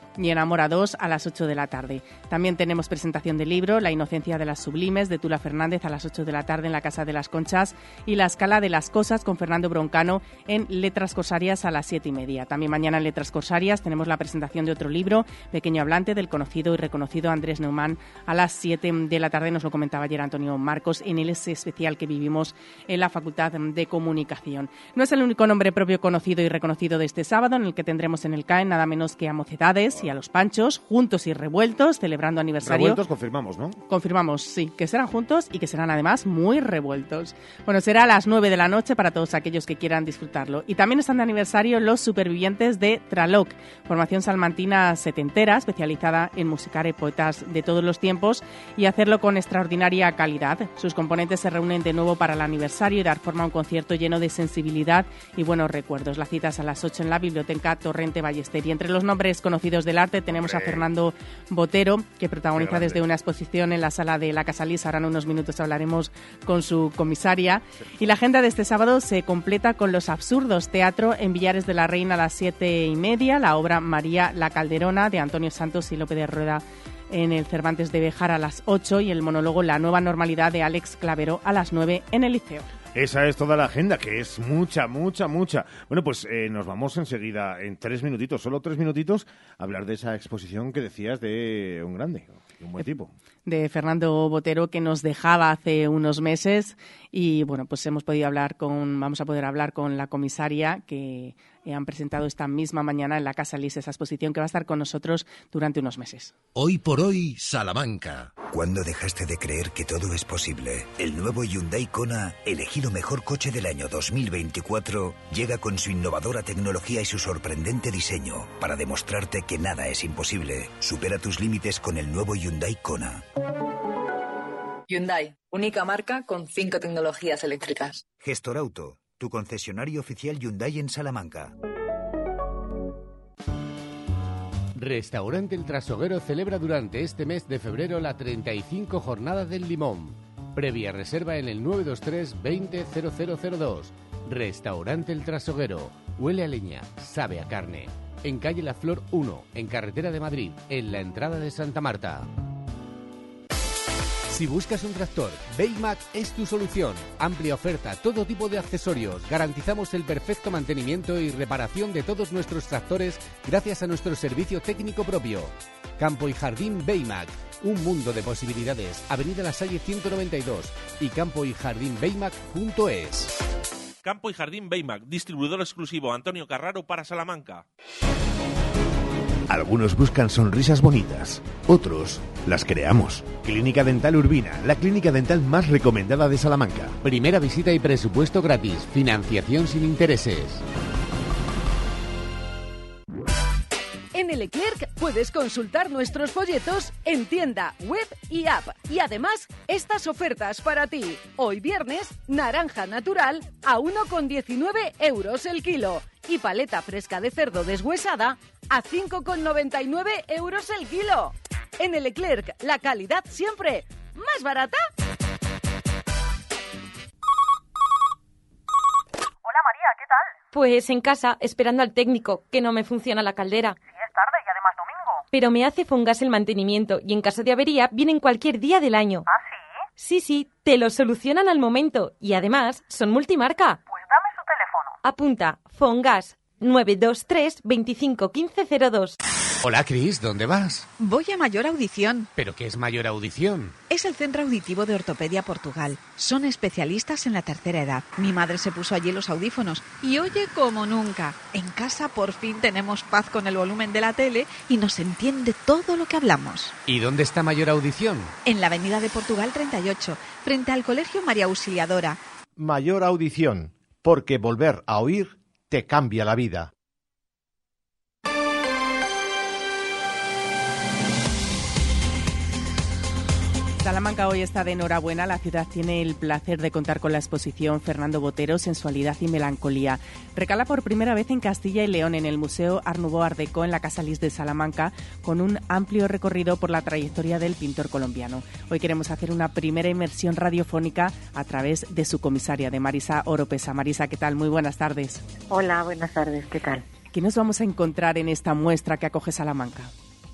amor a dos a las ocho de la tarde. También tenemos presentación del libro La inocencia de las sublimes de Tula Fernández a las ocho de la tarde en la Casa de las Conchas y La escala de las cosas con Fernando Broncano en Letras Corsarias a las siete y media. También mañana en Letras Corsarias tenemos la presentación de otro libro, Pequeño Hablante, del conocido y reconocido Andrés Neumann a las siete de la tarde. Nos lo comentaba ayer Antonio Marcos en el ese especial que vivimos en la Facultad de Comunicación. No es el único nombre propio conocido y reconocido de este sábado, en el que tendremos en el C A E nada menos que a Mocedades y a Los Panchos, juntos y revueltos, celebrando aniversario. Revueltos confirmamos, ¿no? Confirmamos, sí, que serán juntos y que serán además muy revueltos. Bueno, será a las nueve de la noche para todos aquellos que quieran disfrutarlo. Y también están de aniversario los supervivientes de Traloc, formación salmantina setentera, especializada en musicar a poetas de todos los tiempos y hacerlo con extraordinaria calidad. Sus componentes se reúnen de nuevo para el aniversario y dar forma a un concierto lleno de sensibilidad y buenos recuerdos. Las citas a las ocho en la Biblioteca Torrente Ballester. Y entre los nombres conocidos del arte tenemos a Fernando Botero, que protagoniza desde una exposición en la sala de la Casa Lisa. Ahora en unos minutos hablaremos con su comisaria. Y la agenda de este sábado se completa con Los Absurdos, teatro en Villares de la Reina a las siete y media, la obra María la Calderona de Antonio Santos y Lope de Rueda en el Cervantes de Béjar a las ocho y el monólogo La nueva normalidad de Alex Clavero a las nueve en el Liceo. Esa es toda la agenda, que es mucha, mucha, mucha. Bueno, pues eh, nos vamos enseguida, en tres minutitos, solo tres minutitos, a hablar de esa exposición que decías de un grande, de un buen tipo. De Fernando Botero, que nos dejaba hace unos meses y, bueno, pues hemos podido hablar con, vamos a poder hablar con la comisaria que eh, han presentado esta misma mañana en la Casa Lis esa exposición que va a estar con nosotros durante unos meses. Hoy por hoy, Salamanca. ¿Cuándo dejaste de creer que todo es posible? El nuevo Hyundai Kona, elegido mejor coche del año dos mil veinticuatro, llega con su innovadora tecnología y su sorprendente diseño para demostrarte que nada es imposible. Supera tus límites con el nuevo Hyundai Kona. Hyundai, única marca con cinco tecnologías eléctricas. Gestor Auto, tu concesionario oficial Hyundai en Salamanca. Restaurante El Trasoguero celebra durante este mes de febrero la treinta y cinco Jornada del Limón. Previa reserva en el nueve dos tres veinte cero cero cero dos. Restaurante El Trasoguero. Huele a leña, sabe a carne. En calle La Flor uno, en carretera de Madrid, en la entrada de Santa Marta. Si buscas un tractor, Baymac es tu solución. Amplia oferta, todo tipo de accesorios. Garantizamos el perfecto mantenimiento y reparación de todos nuestros tractores gracias a nuestro servicio técnico propio. Campo y Jardín Baymac, un mundo de posibilidades. Avenida La Salle ciento noventa y dos y campo y jardín baymac punto es. Campo y Jardín Baymac, distribuidor exclusivo Antonio Carraro para Salamanca. Algunos buscan sonrisas bonitas, otros las creamos. Clínica Dental Urbina, la clínica dental más recomendada de Salamanca. Primera visita y presupuesto gratis, financiación sin intereses. En el Leclerc puedes consultar nuestros folletos en tienda, web y app. Y además, estas ofertas para ti. Hoy viernes, naranja natural a uno con diecinueve euros el kilo. Y paleta fresca de cerdo deshuesada a cinco con noventa y nueve euros el kilo. En el Leclerc, la calidad siempre más barata. Hola María, ¿qué tal? Pues en casa, esperando al técnico, que no me funciona la caldera. Sí, es tarde y además domingo. Pero me hace Fongas el mantenimiento y en caso de avería vienen cualquier día del año. ¿Ah, sí? Sí, sí, te lo solucionan al momento y además son multimarca. Pues dame su teléfono. Apunta, Fongas nueve dos tres veinticinco quince cero dos. Hola, Cris, ¿dónde vas? Voy a Mayor Audición. ¿Pero qué es Mayor Audición? Es el Centro Auditivo de Ortopedia Portugal. Son especialistas en la tercera edad. Mi madre se puso allí los audífonos y oye como nunca. En casa por fin tenemos paz con el volumen de la tele y nos entiende todo lo que hablamos. ¿Y dónde está Mayor Audición? En la Avenida de Portugal treinta y ocho, frente al Colegio María Auxiliadora. Mayor Audición, porque volver a oír te cambia la vida. Salamanca hoy está de enhorabuena. La ciudad tiene el placer de contar con la exposición Fernando Botero, Sensualidad y Melancolía. Recala por primera vez en Castilla y León en el Museo Art Nouveau Art Deco en la Casa Lis de Salamanca, con un amplio recorrido por la trayectoria del pintor colombiano. Hoy queremos hacer una primera inmersión radiofónica a través de su comisaria, de Marisa Oropesa. Marisa, ¿qué tal? Muy buenas tardes. Hola, buenas tardes. ¿Qué tal? ¿Qué nos vamos a encontrar en esta muestra que acoge Salamanca?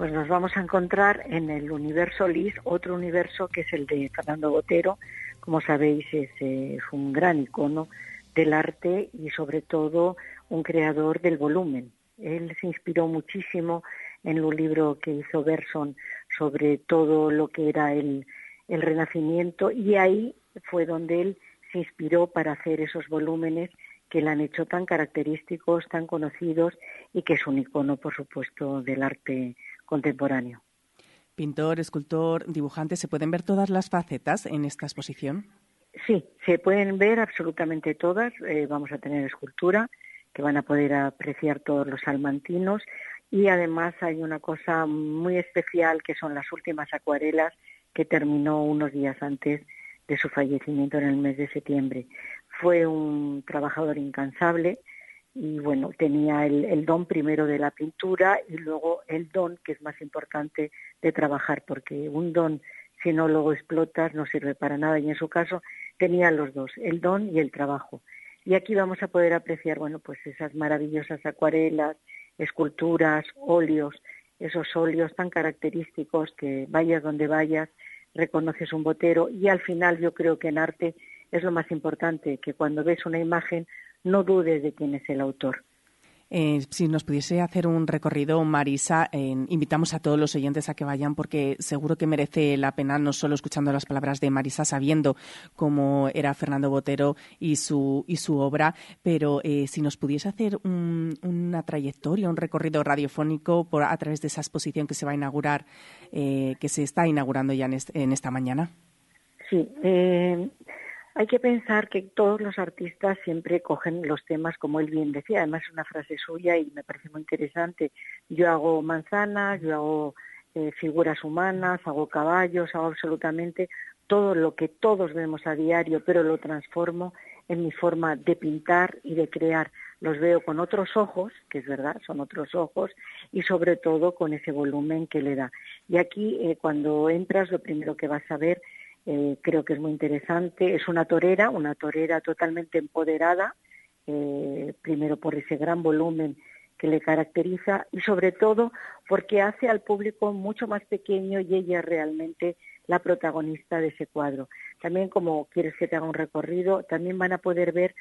pues nos vamos a encontrar en el universo Lis, otro universo que es el de Fernando Botero. Como sabéis, es, es un gran icono del arte y sobre todo un creador del volumen. Él se inspiró muchísimo en un libro que hizo Bergson sobre todo lo que era el, el Renacimiento, y ahí fue donde él se inspiró para hacer esos volúmenes que le han hecho tan característicos, tan conocidos, y que es un icono, por supuesto, del arte contemporáneo. Pintor, escultor, dibujante, ¿se pueden ver todas las facetas en esta exposición? Sí, se pueden ver absolutamente todas. Eh, vamos a tener escultura, que van a poder apreciar todos los salmantinos, y además hay una cosa muy especial, que son las últimas acuarelas que terminó unos días antes de su fallecimiento en el mes de septiembre. Fue un trabajador incansable y bueno, tenía el, el don primero de la pintura y luego el don, que es más importante, de trabajar, porque un don, si no luego explotas, no sirve para nada, y en su caso tenía los dos, el don y el trabajo. Y aquí vamos a poder apreciar, bueno, pues esas maravillosas acuarelas, esculturas, óleos, esos óleos tan característicos que vayas donde vayas, reconoces un Botero, y al final yo creo que en arte es lo más importante, que cuando ves una imagen no dudes de quién es el autor. Eh, si nos pudiese hacer un recorrido, Marisa, eh, invitamos a todos los oyentes a que vayan, porque seguro que merece la pena, no solo escuchando las palabras de Marisa, sabiendo cómo era Fernando Botero y su y su obra, pero eh, si nos pudiese hacer un, una trayectoria, un recorrido radiofónico por a través de esa exposición que se va a inaugurar, eh, que se está inaugurando ya en, este, en esta mañana. Sí, eh... hay que pensar que todos los artistas siempre cogen los temas, como él bien decía, además es una frase suya y me parece muy interesante. Yo hago manzanas, yo hago eh, figuras humanas, hago caballos, hago absolutamente todo lo que todos vemos a diario, pero lo transformo en mi forma de pintar y de crear. Los veo con otros ojos, que es verdad, son otros ojos, y sobre todo con ese volumen que le da. Y aquí, eh, cuando entras, lo primero que vas a ver, Eh, creo que es muy interesante, es una torera, una torera totalmente empoderada, eh, primero por ese gran volumen que le caracteriza y sobre todo porque hace al público mucho más pequeño y ella es realmente la protagonista de ese cuadro. También, como quieres que te haga un recorrido, también van a poder ver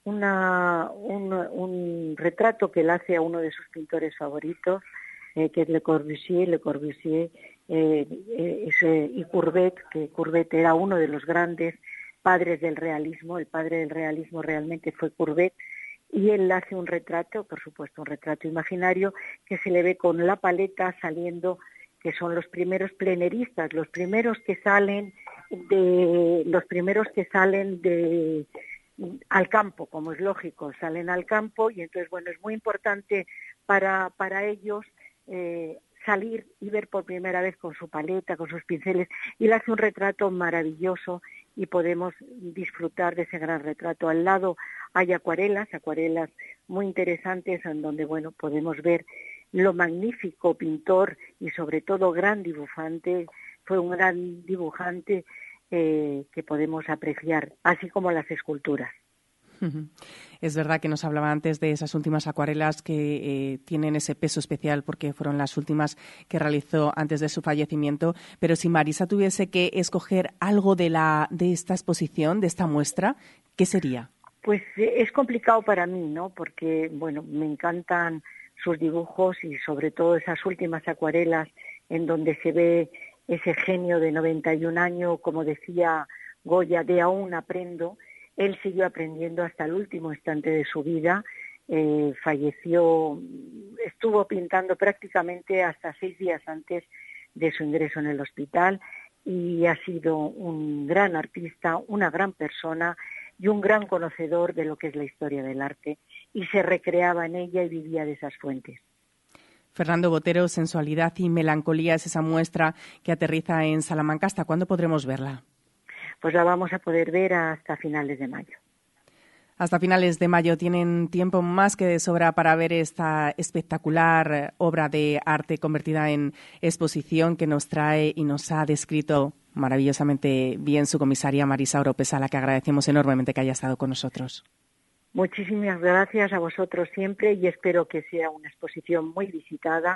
una, un, un retrato que él hace a uno de sus pintores favoritos, eh, que es Le Corbusier, Le Corbusier Eh, eh, ese, y Courbet, que Courbet era uno de los grandes padres del realismo, el padre del realismo realmente fue Courbet, y él hace un retrato, por supuesto un retrato imaginario, que se le ve con la paleta saliendo, que son los primeros pleneristas, los primeros que salen de, los primeros que salen de al campo, como es lógico, salen al campo, y entonces bueno, es muy importante para, para ellos eh, salir y ver por primera vez con su paleta, con sus pinceles, y le hace un retrato maravilloso y podemos disfrutar de ese gran retrato. Al lado hay acuarelas, acuarelas muy interesantes en donde, bueno, podemos ver lo magnífico pintor y sobre todo gran dibujante, fue un gran dibujante eh, que podemos apreciar, así como las esculturas. Es verdad que nos hablaba antes de esas últimas acuarelas que eh, tienen ese peso especial porque fueron las últimas que realizó antes de su fallecimiento, pero si Marisa tuviese que escoger algo de la de esta exposición, de esta muestra, ¿qué sería? Pues eh, es complicado para mí, ¿no? Porque, bueno, me encantan sus dibujos y sobre todo esas últimas acuarelas en donde se ve ese genio de noventa y un años, como decía Goya, de aún aprendo. Él siguió aprendiendo hasta el último instante de su vida, eh, falleció, estuvo pintando prácticamente hasta seis días antes de su ingreso en el hospital y ha sido un gran artista, una gran persona y un gran conocedor de lo que es la historia del arte y se recreaba en ella y vivía de esas fuentes. Fernando Botero, Sensualidad y Melancolía es esa muestra que aterriza en Salamanca. ¿Hasta cuándo podremos verla? Pues la vamos a poder ver hasta finales de mayo. Hasta finales de mayo tienen tiempo más que de sobra para ver esta espectacular obra de arte convertida en exposición que nos trae y nos ha descrito maravillosamente bien su comisaria Marisa Oropesa, a la que agradecemos enormemente que haya estado con nosotros. Muchísimas gracias a vosotros siempre y espero que sea una exposición muy visitada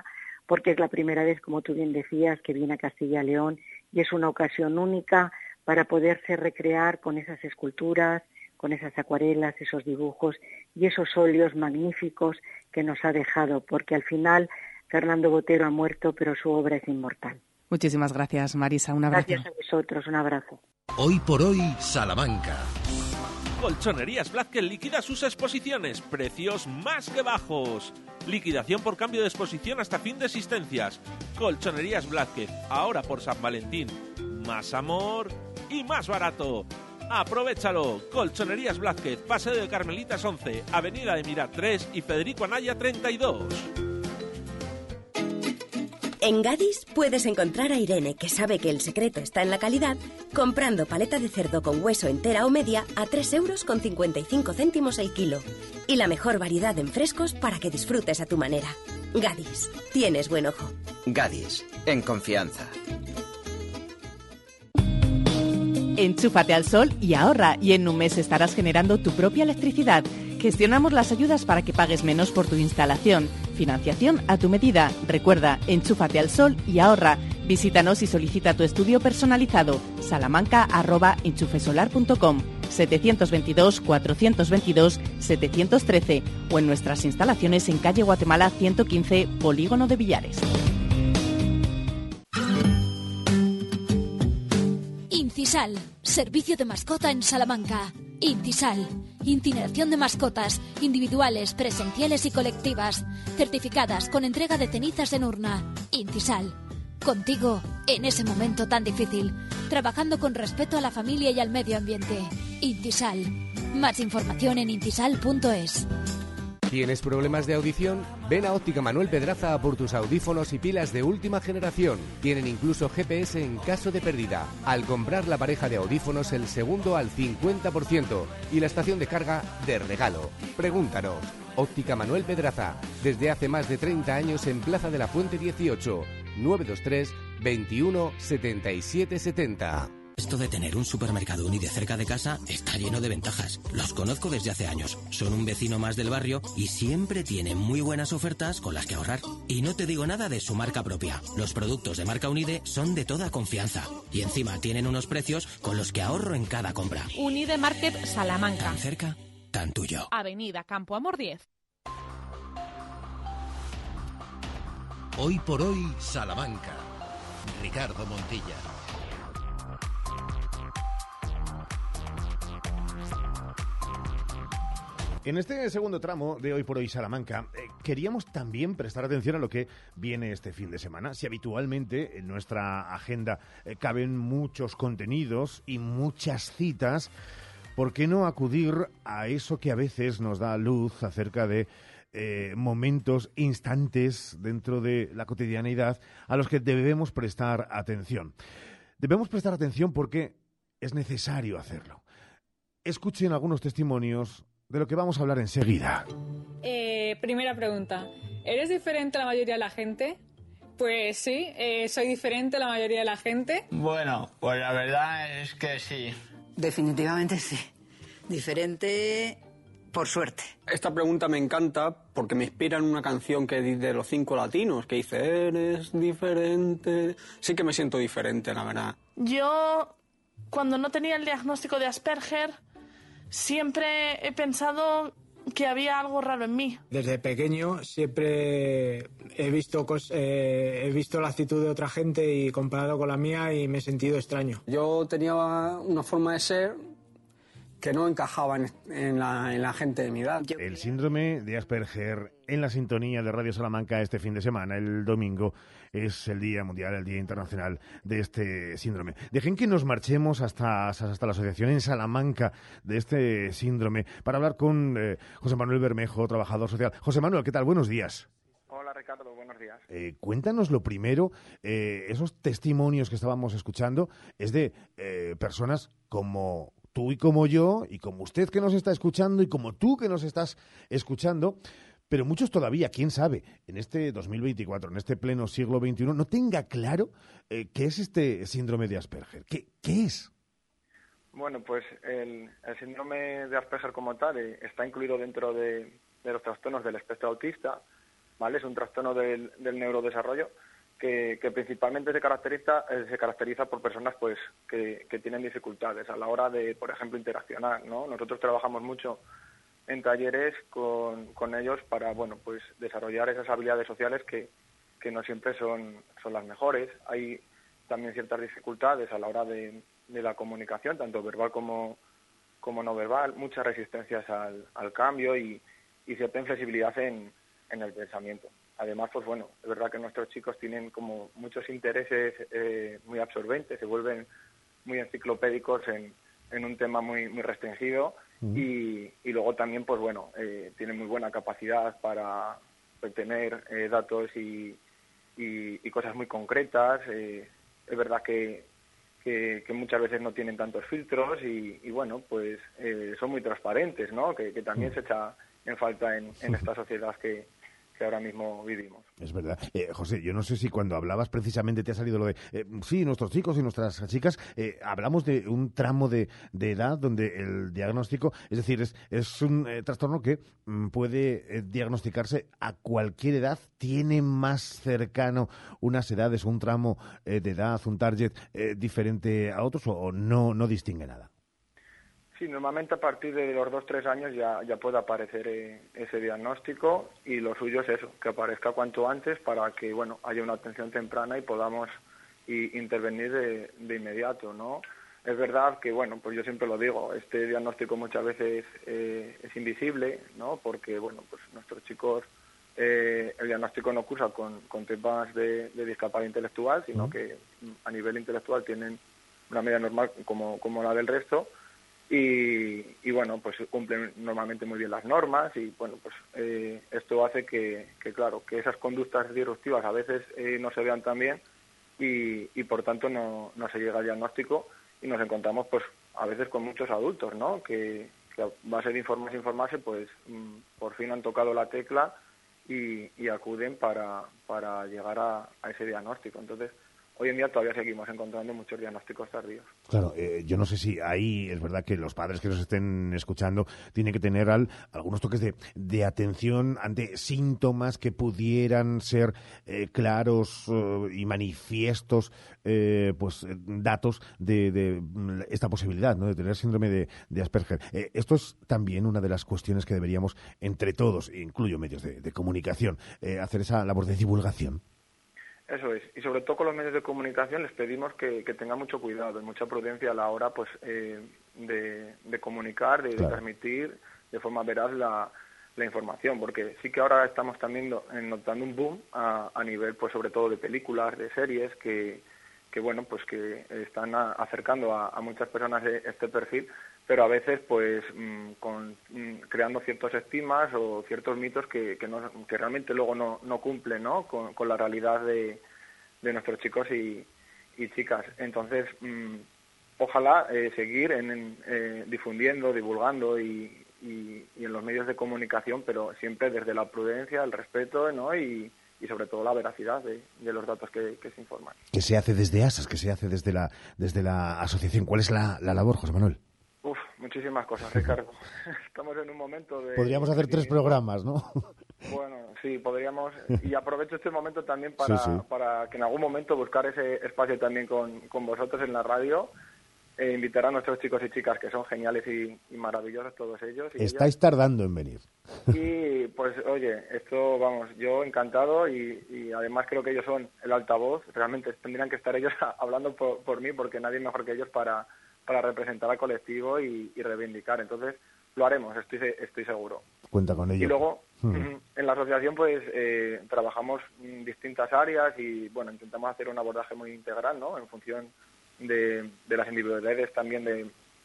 porque es la primera vez, como tú bien decías, que viene a Castilla y León y es una ocasión única para poderse recrear con esas esculturas, con esas acuarelas, esos dibujos y esos óleos magníficos que nos ha dejado, porque al final Fernando Botero ha muerto, pero su obra es inmortal. Muchísimas gracias, Marisa. Un abrazo. Gracias a vosotros. Un abrazo. Hoy por hoy, Salamanca. Colchonerías Blázquez liquida sus exposiciones. Precios más que bajos. Liquidación por cambio de exposición hasta fin de existencias. Colchonerías Blázquez. Ahora por San Valentín. Más amor y más barato. ¡Aprovechalo! Colchonerías Blázquez. Paseo de Carmelitas once. Avenida de Mirat tres y Federico Anaya treinta y dos. En Gadis puedes encontrar a Irene, que sabe que el secreto está en la calidad, comprando paleta de cerdo con hueso entera o media a tres euros con cincuenta y cinco céntimos el kilo. Y la mejor variedad en frescos para que disfrutes a tu manera. Gadis, tienes buen ojo. Gadis, en confianza. Enchúfate al sol y ahorra, y en un mes estarás generando tu propia electricidad. Gestionamos las ayudas para que pagues menos por tu instalación. Financiación a tu medida. Recuerda, enchúfate al sol y ahorra. Visítanos y solicita tu estudio personalizado. salamanca arroba enchufesolar punto com, setecientos veintidós, cuatrocientos veintidós, setecientos trece o en nuestras instalaciones en calle Guatemala ciento quince, Polígono de Villares. Incisal, servicio de mascota en Salamanca. Incisal, incineración de mascotas, individuales, presenciales y colectivas, certificadas con entrega de cenizas en urna. Incisal, contigo en ese momento tan difícil, trabajando con respeto a la familia y al medio ambiente. Incisal, más información en incisal punto es. ¿Tienes problemas de audición? Ven a Óptica Manuel Pedraza a por tus audífonos y pilas de última generación. Tienen incluso G P S en caso de pérdida. Al comprar la pareja de audífonos, el segundo al cincuenta por ciento y la estación de carga de regalo. Pregúntanos. Óptica Manuel Pedraza, desde hace más de treinta años en Plaza de la Fuente dieciocho, nueve dos tres, veintiuno, setenta y siete setenta. Esto de tener un supermercado Unide cerca de casa está lleno de ventajas. Los conozco desde hace años. Son un vecino más del barrio y siempre tienen muy buenas ofertas con las que ahorrar. Y no te digo nada de su marca propia. Los productos de marca Unide son de toda confianza. Y encima tienen unos precios con los que ahorro en cada compra. Unide Market Salamanca. Tan cerca, tan tuyo. Avenida Campo Amor diez. Hoy por hoy, Salamanca. Ricardo Montilla. En este segundo tramo de Hoy por Hoy Salamanca, eh, queríamos también prestar atención a lo que viene este fin de semana. Si habitualmente en nuestra agenda eh, caben muchos contenidos y muchas citas, ¿por qué no acudir a eso que a veces nos da luz acerca de eh, momentos, instantes dentro de la cotidianeidad a los que debemos prestar atención? Debemos prestar atención porque es necesario hacerlo. Escuchen algunos testimonios de lo que vamos a hablar enseguida. Eh, primera pregunta. ¿Eres diferente a la mayoría de la gente? Pues sí, eh, soy diferente a la mayoría de la gente. Bueno, pues la verdad es que sí. Definitivamente sí. Diferente por suerte. Esta pregunta me encanta porque me inspira en una canción que es de Los Cinco Latinos, que dice, eres diferente. Sí que me siento diferente, la verdad. Yo, cuando no tenía el diagnóstico de Asperger, siempre he pensado que había algo raro en mí. Desde pequeño siempre he visto, cos- eh, he visto la actitud de otra gente y comparado con la mía y me he sentido extraño. Yo tenía una forma de ser que no encajaba en, en, la, en la gente de mi edad. El síndrome de Asperger en la sintonía de Radio Salamanca este fin de semana, el domingo, es el Día Mundial, el Día Internacional de este síndrome. Dejen que nos marchemos hasta, hasta la asociación en Salamanca de este síndrome para hablar con eh, José Manuel Bermejo, trabajador social. José Manuel, ¿qué tal? Buenos días. Hola Ricardo, buenos días. Eh, cuéntanos lo primero, eh, esos testimonios que estábamos escuchando es de eh, personas como tú y como yo, y como usted que nos está escuchando, y como tú que nos estás escuchando, pero muchos todavía, quién sabe, en este dos mil veinticuatro, en este pleno siglo veintiuno, no tenga claro eh, qué es este síndrome de Asperger. ¿Qué, qué es? Bueno, pues el, el síndrome de Asperger como tal eh, está incluido dentro de, de los trastornos del espectro autista. ¿vale? Es un trastorno del, del neurodesarrollo que, que principalmente se caracteriza, eh, se caracteriza por personas pues que, que tienen dificultades a la hora de, por ejemplo, interaccionar, ¿no? Nosotros trabajamos mucho en talleres con, con ellos para, bueno, pues desarrollar esas habilidades sociales que, que no siempre son, son las mejores. Hay también ciertas dificultades a la hora de, de la comunicación, tanto verbal como, como no verbal, muchas resistencias al, al cambio y, y cierta inflexibilidad en, en el pensamiento. Además, pues bueno, es verdad que nuestros chicos tienen como muchos intereses eh, muy absorbentes, se vuelven muy enciclopédicos en, en un tema muy, muy restringido. Y, y luego también, pues bueno, eh, tienen muy buena capacidad para obtener eh, datos y, y, y cosas muy concretas. Eh, es verdad que, que, que muchas veces no tienen tantos filtros y, y bueno, pues eh, son muy transparentes, ¿no? Que, que también se echa en falta en, en esta sociedad que, que ahora mismo vivimos. Es verdad. Eh, José, yo no sé si cuando hablabas precisamente te ha salido lo de, eh, sí, nuestros chicos y nuestras chicas, eh, hablamos de un tramo de, de edad donde el diagnóstico, es decir, es, es un eh, trastorno que mm, puede eh, diagnosticarse a cualquier edad, tiene más cercano unas edades, un tramo eh, de edad, un target eh, diferente a otros o, o no, no distingue nada. Sí, normalmente a partir de los dos tres años ya, ya puede aparecer eh, ese diagnóstico y lo suyo es eso, que aparezca cuanto antes para que bueno haya una atención temprana y podamos y, intervenir de, de inmediato, ¿no? Es verdad que, bueno, pues yo siempre lo digo, este diagnóstico muchas veces eh, es invisible, ¿no? Porque, bueno, pues nuestros chicos, eh, el diagnóstico no cursa con, con temas de, de discapacidad intelectual, sino que a nivel intelectual tienen una media normal como, como la del resto. Y, y bueno, pues cumplen normalmente muy bien las normas y bueno, pues eh, esto hace que, que, claro, que esas conductas disruptivas a veces eh, no se vean tan bien y, y por tanto no, no se llega al diagnóstico y nos encontramos pues a veces con muchos adultos, ¿no? Que, que a base de informarse, informarse, pues mmm, por fin han tocado la tecla y, y acuden para, para llegar a, a ese diagnóstico. Entonces, hoy en día todavía seguimos encontrando muchos diagnósticos tardíos. Claro, eh, yo no sé si ahí es verdad que los padres que nos estén escuchando tienen que tener al, algunos toques de, de atención ante síntomas que pudieran ser eh, claros eh, y manifiestos, eh, pues datos de, de esta posibilidad, ¿no? De tener síndrome de, de Asperger. Eh, esto es también una de las cuestiones que deberíamos, entre todos, incluyo medios de, de comunicación, eh, hacer esa labor de divulgación. Eso es, y sobre todo con los medios de comunicación les pedimos que, que tengan mucho cuidado y mucha prudencia a la hora pues eh, de, de comunicar, de, claro. de transmitir de forma veraz la, la información, porque sí que ahora estamos también notando un boom a, a nivel pues sobre todo de películas, de series que, que bueno pues que están a, acercando a, a muchas personas este perfil, pero a veces pues mmm, con, mmm, creando ciertos estigmas o ciertos mitos que, que, no, que realmente luego no, no cumplen, ¿no? Con, con la realidad de, de nuestros chicos y, y chicas. Entonces, mmm, ojalá eh, seguir en, en, eh, difundiendo, divulgando y, y, y en los medios de comunicación, pero siempre desde la prudencia, el respeto, ¿no? y, y sobre todo la veracidad de, de los datos que, que se informan. ¿Qué se hace desde ASAS? ¿Qué se hace desde la, desde la asociación? ¿Cuál es la, la labor, José Manuel? Uf, muchísimas cosas, Ricardo. Estamos en un momento de... Podríamos hacer tres programas, ¿no? Bueno, sí, podríamos. Y aprovecho este momento también para, sí, sí. para que en algún momento buscar ese espacio también con, con vosotros en la radio e invitar a nuestros chicos y chicas, que son geniales y, y maravillosos todos ellos. Y Estáis ellas. tardando en venir. Y pues, oye, esto, vamos, yo encantado y, y además creo que ellos son el altavoz. Realmente tendrían que estar ellos hablando por, por mí, porque nadie mejor que ellos para... para representar al colectivo y, y reivindicar. Entonces, lo haremos, estoy estoy seguro. Cuenta con ello. Y luego, uh-huh. en la asociación, pues, eh, trabajamos en distintas áreas y, bueno, intentamos hacer un abordaje muy integral, ¿no? En función de, de las individualidades también de,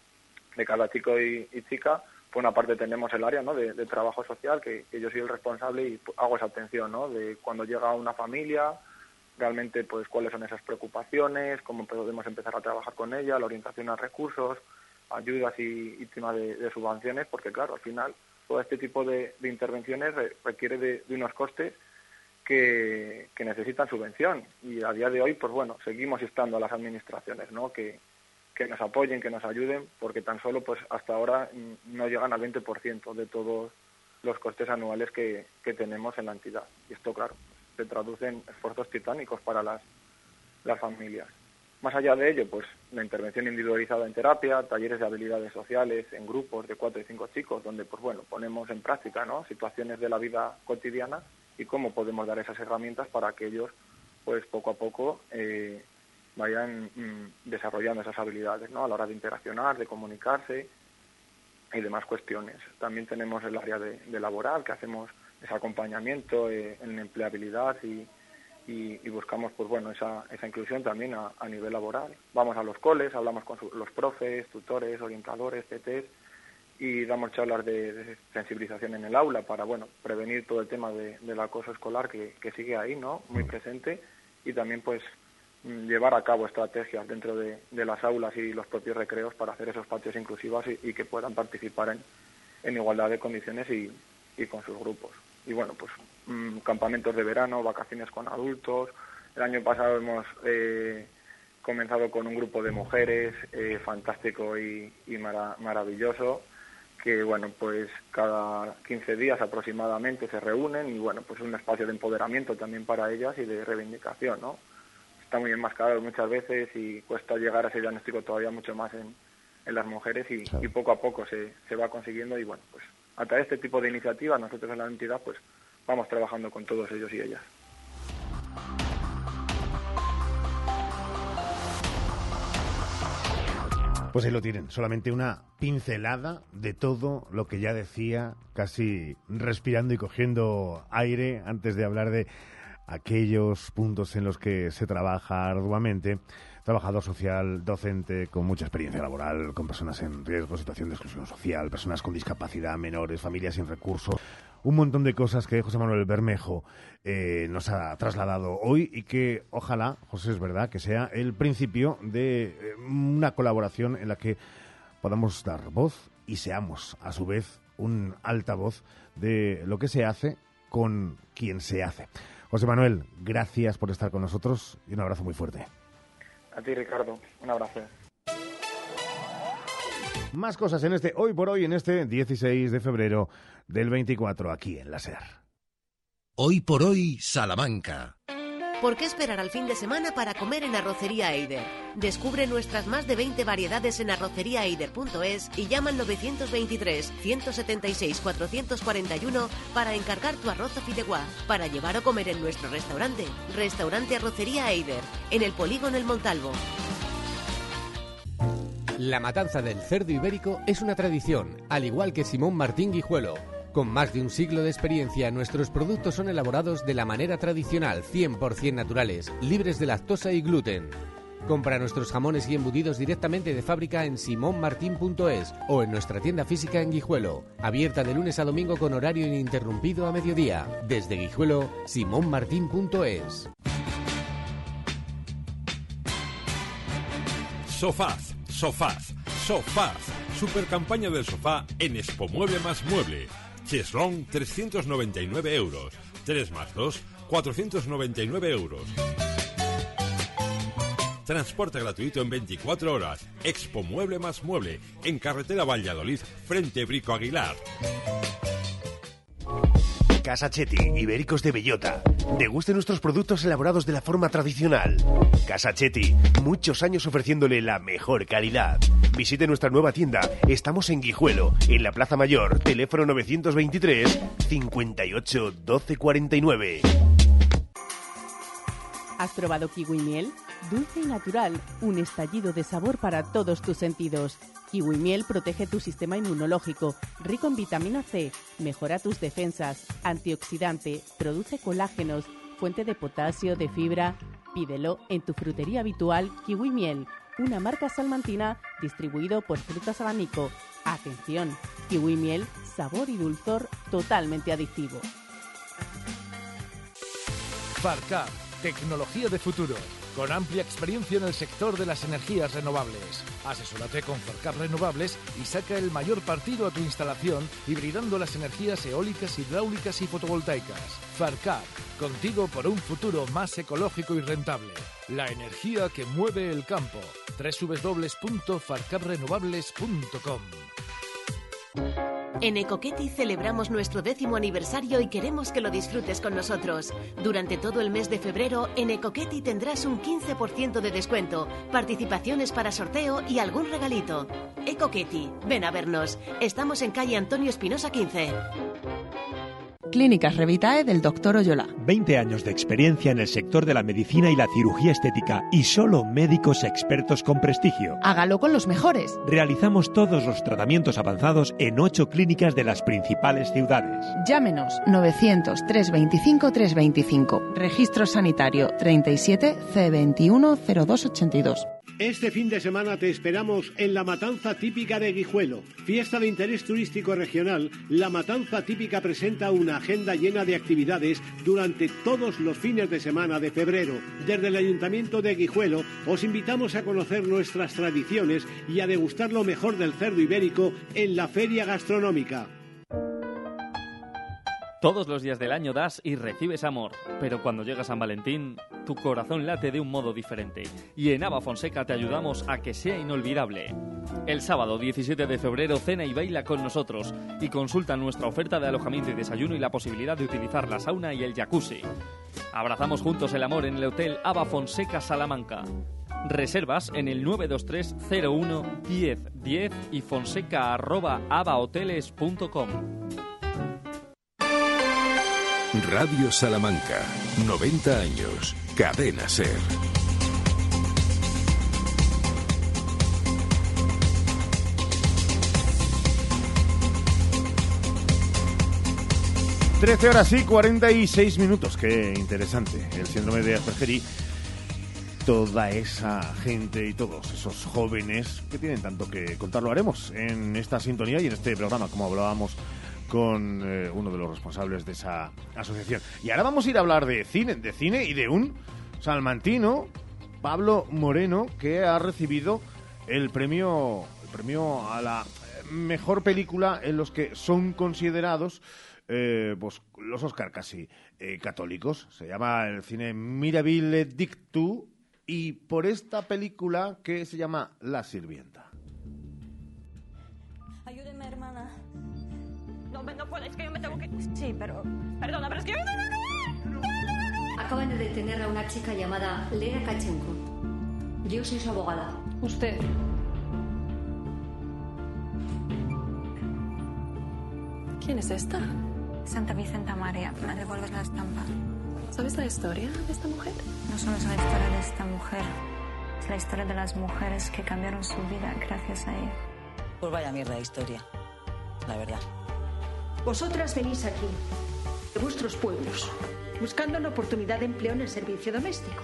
de cada chico y, y chica. Por una parte tenemos el área, ¿no? De, de trabajo social, que, que yo soy el responsable y hago esa atención, ¿no? De cuando llega una familia, realmente pues cuáles son esas preocupaciones, cómo podemos empezar a trabajar con ella, la orientación a recursos, ayudas y, y temas de, de subvenciones, porque claro, al final todo este tipo de, de intervenciones re, requiere de, de unos costes que, que necesitan subvención y a día de hoy pues bueno, seguimos instando a las administraciones, ¿no? que, que nos apoyen, que nos ayuden, porque tan solo pues hasta ahora no llegan al veinte por ciento de todos los costes anuales que, que tenemos en la entidad. Y esto, claro, se traduce en esfuerzos titánicos para las, las familias. Más allá de ello, pues la intervención individualizada en terapia, talleres de habilidades sociales en grupos de cuatro y cinco chicos, donde pues bueno, ponemos en práctica, ¿no?, situaciones de la vida cotidiana y cómo podemos dar esas herramientas para que ellos pues poco a poco eh, vayan mm, desarrollando esas habilidades, ¿no?, a la hora de interaccionar, de comunicarse y demás cuestiones. También tenemos el área de, de laboral, que hacemos ese acompañamiento eh, en empleabilidad y Y, y buscamos pues bueno esa, esa inclusión también a, a nivel laboral. Vamos a los coles, hablamos con su, los profes, tutores, orientadores, T Ts y damos charlas de, de sensibilización en el aula para bueno prevenir todo el tema de, del acoso escolar que, que sigue ahí, ¿no?, muy presente, y también pues llevar a cabo estrategias dentro de, de las aulas y los propios recreos para hacer esos patios inclusivos y, y que puedan participar en, en igualdad de condiciones y, y con sus grupos. Y bueno, pues mmm, campamentos de verano, vacaciones con adultos. El año pasado hemos eh, comenzado con un grupo de mujeres eh, fantástico y, y mara maravilloso, que bueno, pues cada quince días aproximadamente se reúnen y bueno, pues es un espacio de empoderamiento también para ellas y de reivindicación, ¿no? Está muy enmascarado muchas veces y cuesta llegar a ese diagnóstico todavía mucho más en, en las mujeres y, y poco a poco se, se va consiguiendo y bueno, pues a través de este tipo de iniciativas nosotros en la entidad pues vamos trabajando con todos ellos y ellas. Pues ahí lo tienen, solamente una pincelada de todo lo que ya decía, casi respirando y cogiendo aire antes de hablar de aquellos puntos en los que se trabaja arduamente. Trabajador social, docente, con mucha experiencia laboral, con personas en riesgo, situación de exclusión social, personas con discapacidad, menores, familias sin recursos, un montón de cosas que José Manuel Bermejo eh, nos ha trasladado hoy y que ojalá, José, es verdad, que sea el principio de eh, una colaboración en la que podamos dar voz y seamos, a su vez, un altavoz de lo que se hace con quien se hace. José Manuel, gracias por estar con nosotros y un abrazo muy fuerte. A ti, Ricardo. Un abrazo. Más cosas en este Hoy por Hoy, en este dieciséis de febrero del veinticuatro, aquí en la SER. Hoy por Hoy, Salamanca. ¿Por qué esperar al fin de semana para comer en Arrocería Eider? Descubre nuestras más de veinte variedades en arrocería eider punto es y llama al novecientos veintitrés, ciento setenta y seis, cuatrocientos cuarenta y uno para encargar tu arroz o fideuá, para llevar o comer en nuestro restaurante. Restaurante Arrocería Eider, en el Polígono El Montalvo. La matanza del cerdo ibérico es una tradición, al igual que Simón Martín Guijuelo. Con más de un siglo de experiencia, nuestros productos son elaborados de la manera tradicional, cien por cien naturales, libres de lactosa y gluten. Compra nuestros jamones y embutidos directamente de fábrica en simón martín punto es o en nuestra tienda física en Guijuelo, abierta de lunes a domingo con horario ininterrumpido a mediodía. Desde Guijuelo, simón martín punto es. Sofaz, Sofaz, Sofaz. Super campaña del sofá en Expo Mueble más Mueble. Cheslong, trescientos noventa y nueve euros. tres más dos, cuatrocientos noventa y nueve euros. Transporte gratuito en veinticuatro horas. Expo Mueble más Mueble. En carretera Valladolid, frente Brico Aguilar. Casa Chetti, Ibéricos de Bellota. Deguste nuestros productos elaborados de la forma tradicional. Casa Chetti, muchos años ofreciéndole la mejor calidad. Visite nuestra nueva tienda. Estamos en Guijuelo, en la Plaza Mayor. Teléfono novecientos veintitrés, cincuenta y ocho, doce cuarenta y nueve. ¿Has probado kiwi miel? Dulce y natural, un estallido de sabor para todos tus sentidos. Kiwi miel protege tu sistema inmunológico, rico en vitamina C, mejora tus defensas, antioxidante, produce colágenos, fuente de potasio, de fibra. Pídelo en tu frutería habitual Kiwi Miel, una marca salmantina distribuido por Frutas Abanico. Atención, Kiwi Miel, sabor y dulzor totalmente adictivo. Farcap, tecnología de futuro, con amplia experiencia en el sector de las energías renovables. Asesórate con Farcap Renovables y saca el mayor partido a tu instalación hibridando las energías eólicas, hidráulicas y fotovoltaicas. Farcap, contigo por un futuro más ecológico y rentable. La energía que mueve el campo. doble u doble u doble u punto farcap renovables punto com. En Ecoqueti celebramos nuestro décimo aniversario y queremos que lo disfrutes con nosotros. Durante todo el mes de febrero, en Ecoqueti tendrás un quince por ciento de descuento, participaciones para sorteo y algún regalito. Ecoqueti, ven a vernos. Estamos en calle Antonio Espinosa quince. Clínicas Revitae del doctor Oyola. veinte años de experiencia en el sector de la medicina y la cirugía estética y solo médicos expertos con prestigio. Hágalo con los mejores. Realizamos todos los tratamientos avanzados en ocho clínicas de las principales ciudades. Llámenos novecientos, trescientos veinticinco, trescientos veinticinco. Registro sanitario treinta y siete C veintiuno cero dos ochenta y dos. Este fin de semana te esperamos en la Matanza Típica de Guijuelo. Fiesta de interés turístico regional, la Matanza Típica presenta una agenda llena de actividades durante todos los fines de semana de febrero. Desde el Ayuntamiento de Guijuelo os invitamos a conocer nuestras tradiciones y a degustar lo mejor del cerdo ibérico en la feria gastronómica. Todos los días del año das y recibes amor, pero cuando llega San Valentín, tu corazón late de un modo diferente. Y en Aba Fonseca te ayudamos a que sea inolvidable. El sábado diecisiete de febrero cena y baila con nosotros y consulta nuestra oferta de alojamiento y desayuno y la posibilidad de utilizar la sauna y el jacuzzi. Abrazamos juntos el amor en el Hotel Aba Fonseca Salamanca. Reservas en el nueve dos tres cero uno diez diez y fonseca arroba abahoteles punto com. Radio Salamanca, noventa años, Cadena SER. trece horas y cuarenta y seis minutos. Qué interesante. El síndrome de Asperger y toda esa gente y todos esos jóvenes que tienen tanto que contar. Lo haremos en esta sintonía y en este programa, como hablábamos con eh, uno de los responsables de esa asociación. Y ahora vamos a ir a hablar de cine, de cine y de un salmantino, Pablo Moreno, que ha recibido el premio, el premio a la mejor película en los que son considerados eh, pues los Oscar casi eh, católicos. Se llama el cine Mirabile Dictu y por esta película que se llama La Sirvienta. Ayúdenme, hermana. No, no puedo, es que yo me tengo que... Sí, pero... Perdona, pero es que yo me tengo que... Acaban de detener a una chica llamada Lea Kachenko. Yo soy su abogada. Usted. ¿Quién es esta? Santa Vicenta María, me devuelves la estampa. ¿Sabes la historia de esta mujer? No solo es la historia de esta mujer, es la historia de las mujeres que cambiaron su vida gracias a ella. Pues vaya mierda de historia, la verdad. Vosotras venís aquí, de vuestros pueblos, buscando una oportunidad de empleo en el servicio doméstico.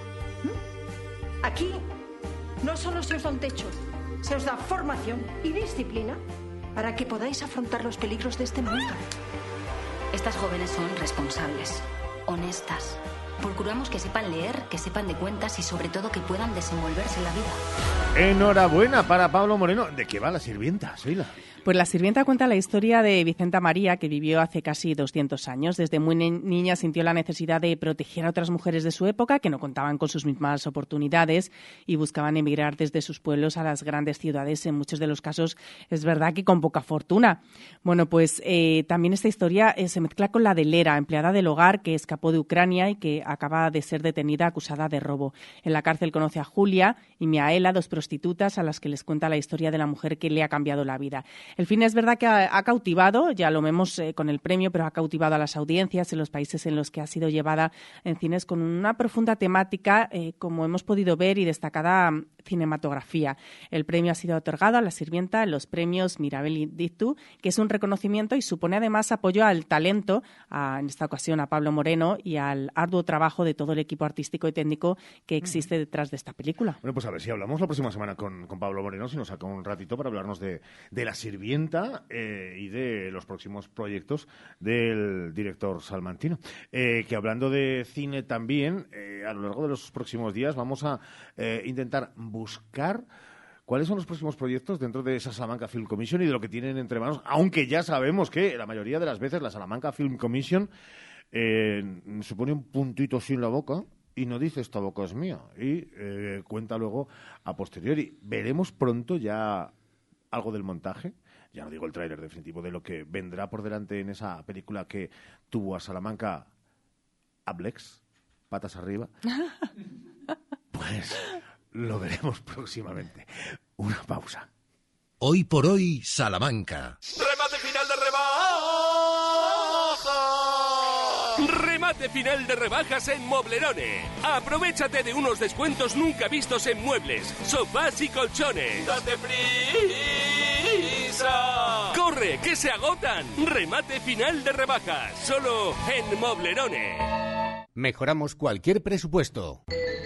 ¿Mm? Aquí no solo se os da un techo, se os da formación y disciplina para que podáis afrontar los peligros de este mundo. Estas jóvenes son responsables, honestas. Procuramos que sepan leer, que sepan de cuentas y sobre todo que puedan desenvolverse en la vida. Enhorabuena para Pablo Moreno. ¿De qué va La Sirvienta, Sheila? Pues La Sirvienta cuenta la historia de Vicenta María, que vivió hace casi doscientos años. Desde muy niña sintió la necesidad de proteger a otras mujeres de su época que no contaban con sus mismas oportunidades y buscaban emigrar desde sus pueblos a las grandes ciudades. En muchos de los casos es verdad que con poca fortuna. Bueno, pues eh, también esta historia eh, se mezcla con la de Lera, empleada del hogar que escapó de Ucrania y que acaba de ser detenida acusada de robo. En la cárcel conoce a Julia y Miaela, dos prostitutas a las que les cuenta la historia de la mujer que le ha cambiado la vida. El film es verdad que ha, ha cautivado, ya lo vemos eh, con el premio, pero ha cautivado a las audiencias en los países en los que ha sido llevada en cines con una profunda temática, eh, como hemos podido ver, y destacada cinematografía. El premio ha sido otorgado a La Sirvienta en los premios Mirabile Dictu, que es un reconocimiento y supone además apoyo al talento, a, en esta ocasión a Pablo Moreno, y al arduo trabajo de todo el equipo artístico y técnico que existe detrás de esta película. Bueno, pues a ver si hablamos la próxima semana con, con Pablo Moreno, si nos saca un ratito para hablarnos de, de La Sirvienta eh, y de los próximos proyectos del director salmantino. Eh, que hablando de cine también, eh, a lo largo de los próximos días vamos a eh, intentar buscar cuáles son los próximos proyectos dentro de esa Salamanca Film Commission y de lo que tienen entre manos, aunque ya sabemos que la mayoría de las veces la Salamanca Film Commission eh, se pone un puntito así en la boca y no dice esta boca es mía y eh, cuenta luego a posteriori. Veremos pronto ya algo del montaje. ya no digo el tráiler definitivo, de lo que vendrá por delante en esa película que tuvo a Salamanca Ablex, patas arriba, pues lo veremos próximamente. Una pausa. Hoy por hoy, Salamanca. ¡Remate final de rebajas! ¡Remate final de rebajas en Moblerone! Aprovechate de unos descuentos nunca vistos en muebles, sofás y colchones. ¡Date prisa! ¡Corre, que se agotan! Remate final de rebajas, solo en Moblerone. Mejoramos cualquier presupuesto.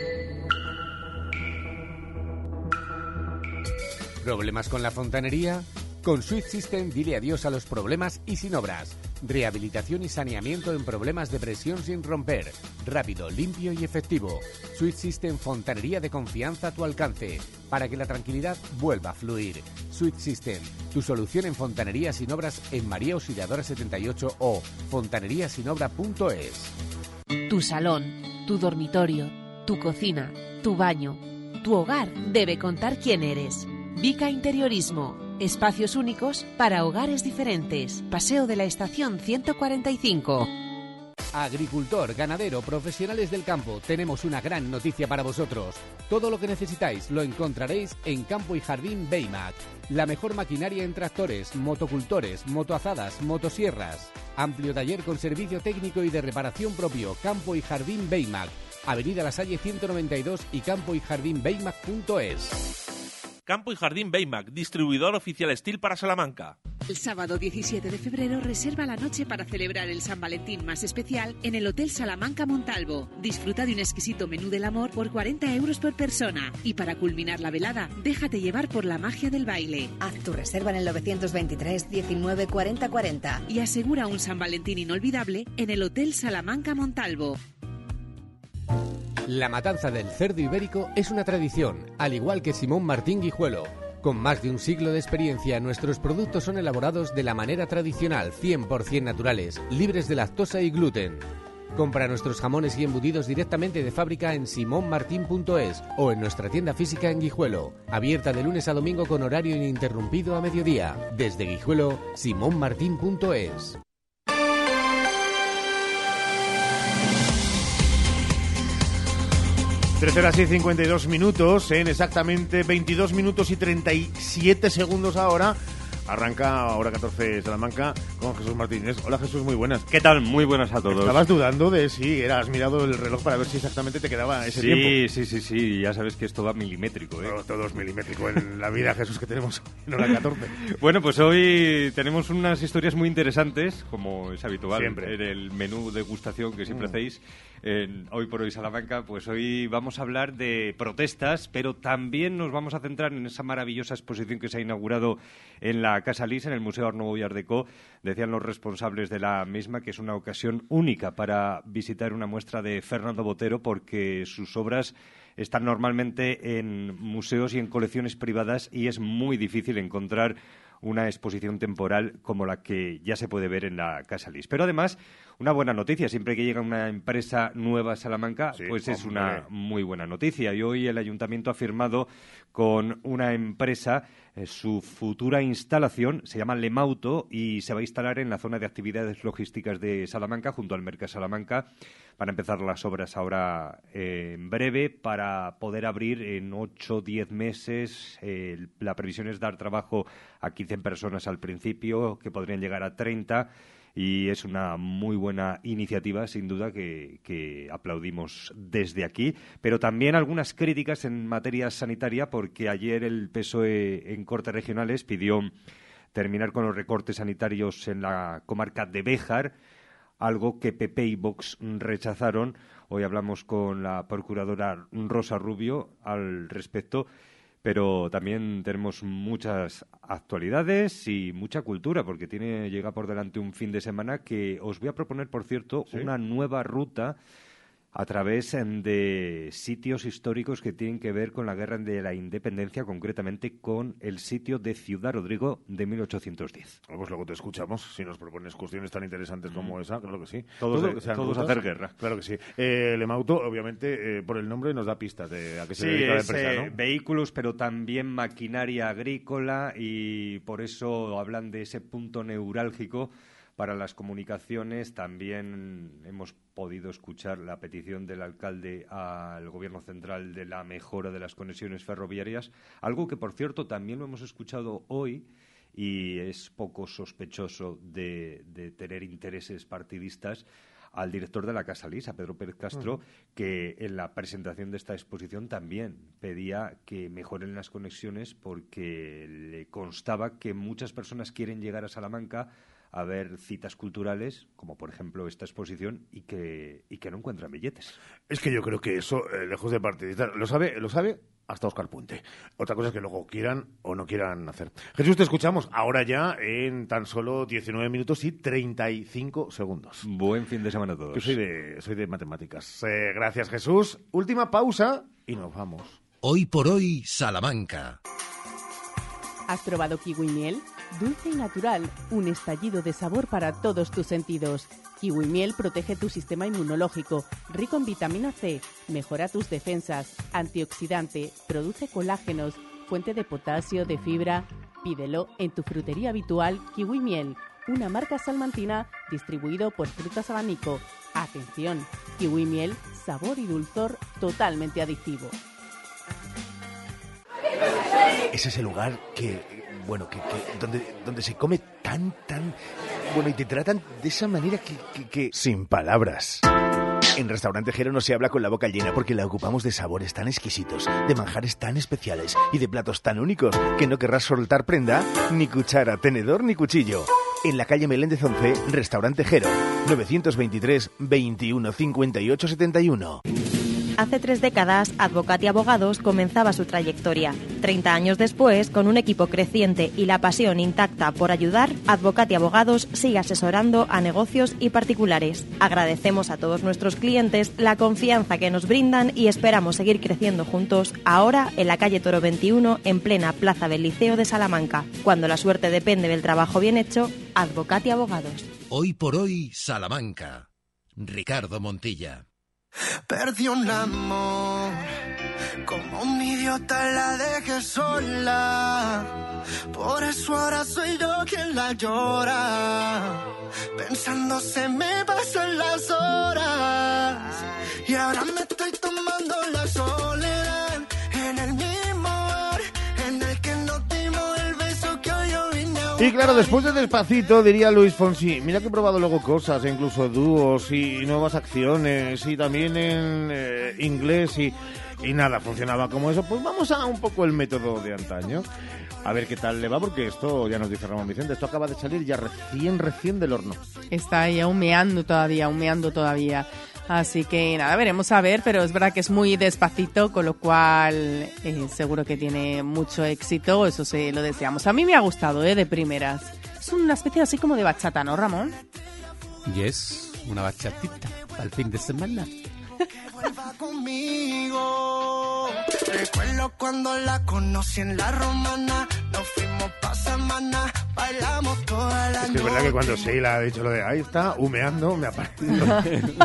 ¿Problemas con la fontanería? Con Switch System dile adiós a los problemas y sin obras. Rehabilitación y saneamiento en problemas de presión sin romper. Rápido, limpio y efectivo. Switch System, fontanería de confianza a tu alcance, para que la tranquilidad vuelva a fluir. Switch System, tu solución en fontanería sin obras en María Auxiliadora setenta y ocho o fontaneríasinobra punto es. Tu salón, tu dormitorio, tu cocina, tu baño, tu hogar debe contar quién eres. Vica Interiorismo. Espacios únicos para hogares diferentes. Paseo de la Estación ciento cuarenta y cinco. Agricultor, ganadero, profesionales del campo, tenemos una gran noticia para vosotros. Todo lo que necesitáis lo encontraréis en Campo y Jardín Beimac. La mejor maquinaria en tractores, motocultores, motoazadas, motosierras. Amplio taller con servicio técnico y de reparación propio. Campo y Jardín Beimac. Avenida La Salle ciento noventa y dos y campo y jardín beimac punto es. Campo y Jardín Beimac, distribuidor oficial Steel para Salamanca. El sábado diecisiete de febrero reserva la noche para celebrar el San Valentín más especial en el Hotel Salamanca Montalvo. Disfruta de un exquisito menú del amor por cuarenta euros por persona. Y para culminar la velada, déjate llevar por la magia del baile. Haz tu reserva en el novecientos veintitrés diecinueve cuarenta cuarenta. Y asegura un San Valentín inolvidable en el Hotel Salamanca Montalvo. La matanza del cerdo ibérico es una tradición, al igual que Simón Martín Guijuelo. Con más de un siglo de experiencia, nuestros productos son elaborados de la manera tradicional, cien por ciento naturales, libres de lactosa y gluten. Compra nuestros jamones y embutidos directamente de fábrica en simon martin punto es o en nuestra tienda física en Guijuelo, abierta de lunes a domingo con horario ininterrumpido a mediodía. Desde Guijuelo, simon martin punto es. trece horas y cincuenta y dos minutos, en exactamente veintidós minutos y treinta y siete segundos ahora. Arranca hora catorce Salamanca con Jesús Martínez. Hola Jesús, muy buenas. ¿Qué tal? Muy buenas a todos. Estabas dudando de si era, has mirado el reloj para ver si exactamente te quedaba ese sí, tiempo. Sí, sí, sí, ya sabes que esto va milimétrico, ¿eh? Todo, todo es milimétrico en la vida, Jesús, que tenemos en hora catorce. Bueno, pues hoy tenemos unas historias muy interesantes, como es habitual Siempre. en el menú degustación que siempre mm. hacéis en Hoy por Hoy Salamanca. Pues hoy vamos a hablar de protestas, pero también nos vamos a centrar en esa maravillosa exposición que se ha inaugurado en la Casa Lis, en el Museo Art Nouveau y Art Deco. Decían los responsables de la misma que es una ocasión única para visitar una muestra de Fernando Botero, porque sus obras están normalmente en museos y en colecciones privadas y es muy difícil encontrar una exposición temporal como la que ya se puede ver en la Casa Lis. Pero además, una buena noticia. Siempre que llega una empresa nueva a Salamanca, sí, pues es hombre. Una muy buena noticia. Y hoy el Ayuntamiento ha firmado con una empresa eh, su futura instalación. Se llama Lemauto y se va a instalar en la zona de actividades logísticas de Salamanca, junto al Mercat Salamanca. Van a empezar las obras ahora eh, en breve para poder abrir en ocho o diez meses. Eh, la previsión es dar trabajo a quince personas al principio, que podrían llegar a treinta. Y es una muy buena iniciativa, sin duda, que, que aplaudimos desde aquí. Pero también algunas críticas en materia sanitaria, porque ayer el P S O E en Cortes Regionales pidió terminar con los recortes sanitarios en la comarca de Béjar, algo que P P y Vox rechazaron. Hoy hablamos con la procuradora Rosa Rubio al respecto. Pero también tenemos muchas actualidades y mucha cultura, porque tiene llega por delante un fin de semana que os voy a proponer, por cierto, ¿sí? Una nueva ruta a través de sitios históricos que tienen que ver con la Guerra de la Independencia, concretamente con el sitio de Ciudad Rodrigo de mil ochocientos diez. Pues luego te escuchamos, si nos propones cuestiones tan interesantes como esa, claro que sí. Todos, Todo de, que sean todos rutas, hacer guerra. Claro que sí. Eh, Lemauto, obviamente, eh, por el nombre nos da pistas de a qué se sí, dedica la es, empresa, eh, ¿no? Vehículos, pero también maquinaria agrícola, y por eso hablan de ese punto neurálgico para las comunicaciones. También hemos podido escuchar la petición del alcalde al Gobierno central de la mejora de las conexiones ferroviarias, algo que, por cierto, también lo hemos escuchado hoy y es poco sospechoso de, de tener intereses partidistas, al director de la Casa Lisa, Pedro Pérez Castro, uh-huh. que en la presentación de esta exposición también pedía que mejoren las conexiones porque le constaba que muchas personas quieren llegar a Salamanca a ver citas culturales, como por ejemplo esta exposición, y que y que no encuentran billetes. Es que yo creo que eso, eh, lejos de partidistas, lo sabe, lo sabe hasta Óscar Puente. Otra cosa es que luego quieran o no quieran hacer. Jesús, te escuchamos ahora ya en tan solo diecinueve minutos y treinta y cinco segundos. Buen fin de semana a todos. Yo soy de, soy de matemáticas. Eh, gracias, Jesús. Última pausa y nos vamos. Hoy por hoy, Salamanca. ¿Has probado kiwi miel? Dulce y natural, un estallido de sabor para todos tus sentidos. Kiwi miel protege tu sistema inmunológico, rico en vitamina C, mejora tus defensas, antioxidante, produce colágenos, fuente de potasio, de fibra. Pídelo en tu frutería habitual Kiwi Miel, una marca salmantina distribuido por Frutas Abanico. Atención, Kiwi Miel, sabor y dulzor totalmente adictivo. Ese es el lugar que, bueno, que, que donde, donde se come tan, tan, bueno, y te tratan de esa manera que, que, que... Sin palabras. En Restaurante Jero no se habla con la boca llena porque la ocupamos de sabores tan exquisitos, de manjares tan especiales y de platos tan únicos que no querrás soltar prenda, ni cuchara, tenedor ni cuchillo. En la calle Meléndez once, Restaurante Jero, novecientos veintitrés, veintiuno, cincuenta y ocho, setenta y uno. Hace tres décadas, Advocati Abogados comenzaba su trayectoria. Treinta años después, con un equipo creciente y la pasión intacta por ayudar, Advocati Abogados sigue asesorando a negocios y particulares. Agradecemos a todos nuestros clientes la confianza que nos brindan y esperamos seguir creciendo juntos ahora en la calle Toro veintiuno, en plena plaza del Liceo de Salamanca. Cuando la suerte depende del trabajo bien hecho, Advocati Abogados. Hoy por hoy, Salamanca. Ricardo Montilla. Perdí un amor, como un idiota la dejé sola. Por eso ahora soy yo quien la llora. Pensando se me pasan las horas. Y ahora me estoy tomando la soledad en el mismo bar en el que nos dimos el beso que hoy yo vine a buscar. Y claro, después de Despacito, diría Luis Fonsi, mira que he probado luego cosas, incluso dúos y nuevas acciones, y también en eh, inglés, y, y nada, funcionaba como eso. Pues vamos a un poco el método de antaño, a ver qué tal le va, porque esto, ya nos dice Ramón Vicente, esto acaba de salir ya recién, recién del horno. Está ahí humeando todavía, humeando todavía. Así que nada, veremos a ver, pero es verdad que es muy despacito, con lo cual eh, seguro que tiene mucho éxito, eso sí, lo deseamos. A mí me ha gustado, ¿eh? De primeras. Es una especie así como de bachata, ¿no, Ramón? Yes, una bachatita al fin de semana. Vuelva conmigo. Recuerdo cuando la conocí en la Romana. Nos fuimos pa' semana, bailamos toda la noche. Es que es verdad que cuando Sheila ha dicho lo de ahí está humeando, me ha parecido.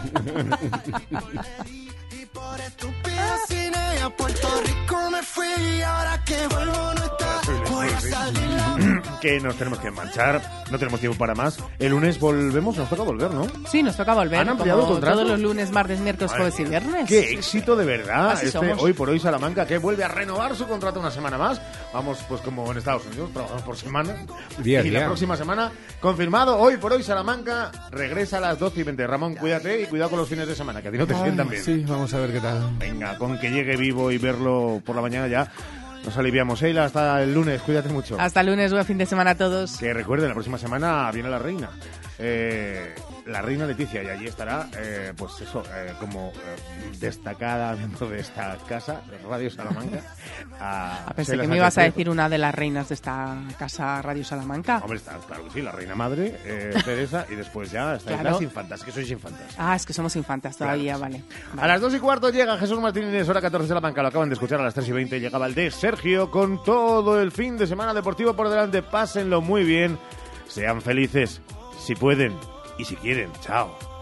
Y por estúpido cine a Puerto Rico me fui. Y ahora que vuelvo no está. Voy a salir. Que nos tenemos que marchar, no tenemos tiempo para más. El lunes volvemos, nos toca volver, ¿no? Sí, nos toca volver. ¿Han ampliado como el contrato? Todos los lunes, martes, miércoles, jueves y viernes. Qué éxito de verdad. Así Este somos. Hoy por Hoy Salamanca, que vuelve a renovar su contrato una semana más. Vamos, pues como en Estados Unidos, trabajamos por semana. Bien, y bien. la próxima semana, confirmado, Hoy por Hoy Salamanca regresa a las doce y veinte. Ramón, cuídate y cuidado con los fines de semana, que a ti no te Ay, sientan bien. Sí, vamos a ver qué tal. Venga, con que llegue vivo y verlo por la mañana ya nos aliviamos. Sheila, hasta el lunes, cuídate mucho. Hasta el lunes, buen fin de semana a todos. Que recuerden, la próxima semana viene la reina. eh, la reina Leticia, y allí estará, eh, pues eso, eh, como eh, destacada dentro de esta casa, Radio Salamanca. A Ah, pensé Sheila que me ibas a Sánchez decir una de las reinas de esta casa Radio Salamanca. Hombre, está, claro que sí, la reina madre, eh, Teresa, y después ya estáis Claro. las infantas, que sois infantas. Ah, es que somos infantas todavía, Claro. vale. A las dos y cuarto llega Jesús Martínez, hora catorce de la banca. Lo acaban de escuchar. A las tres y veinte llega Valdés Sergio con todo el fin de semana deportivo por delante. Pásenlo muy bien. Sean felices, si pueden y si quieren. Chao.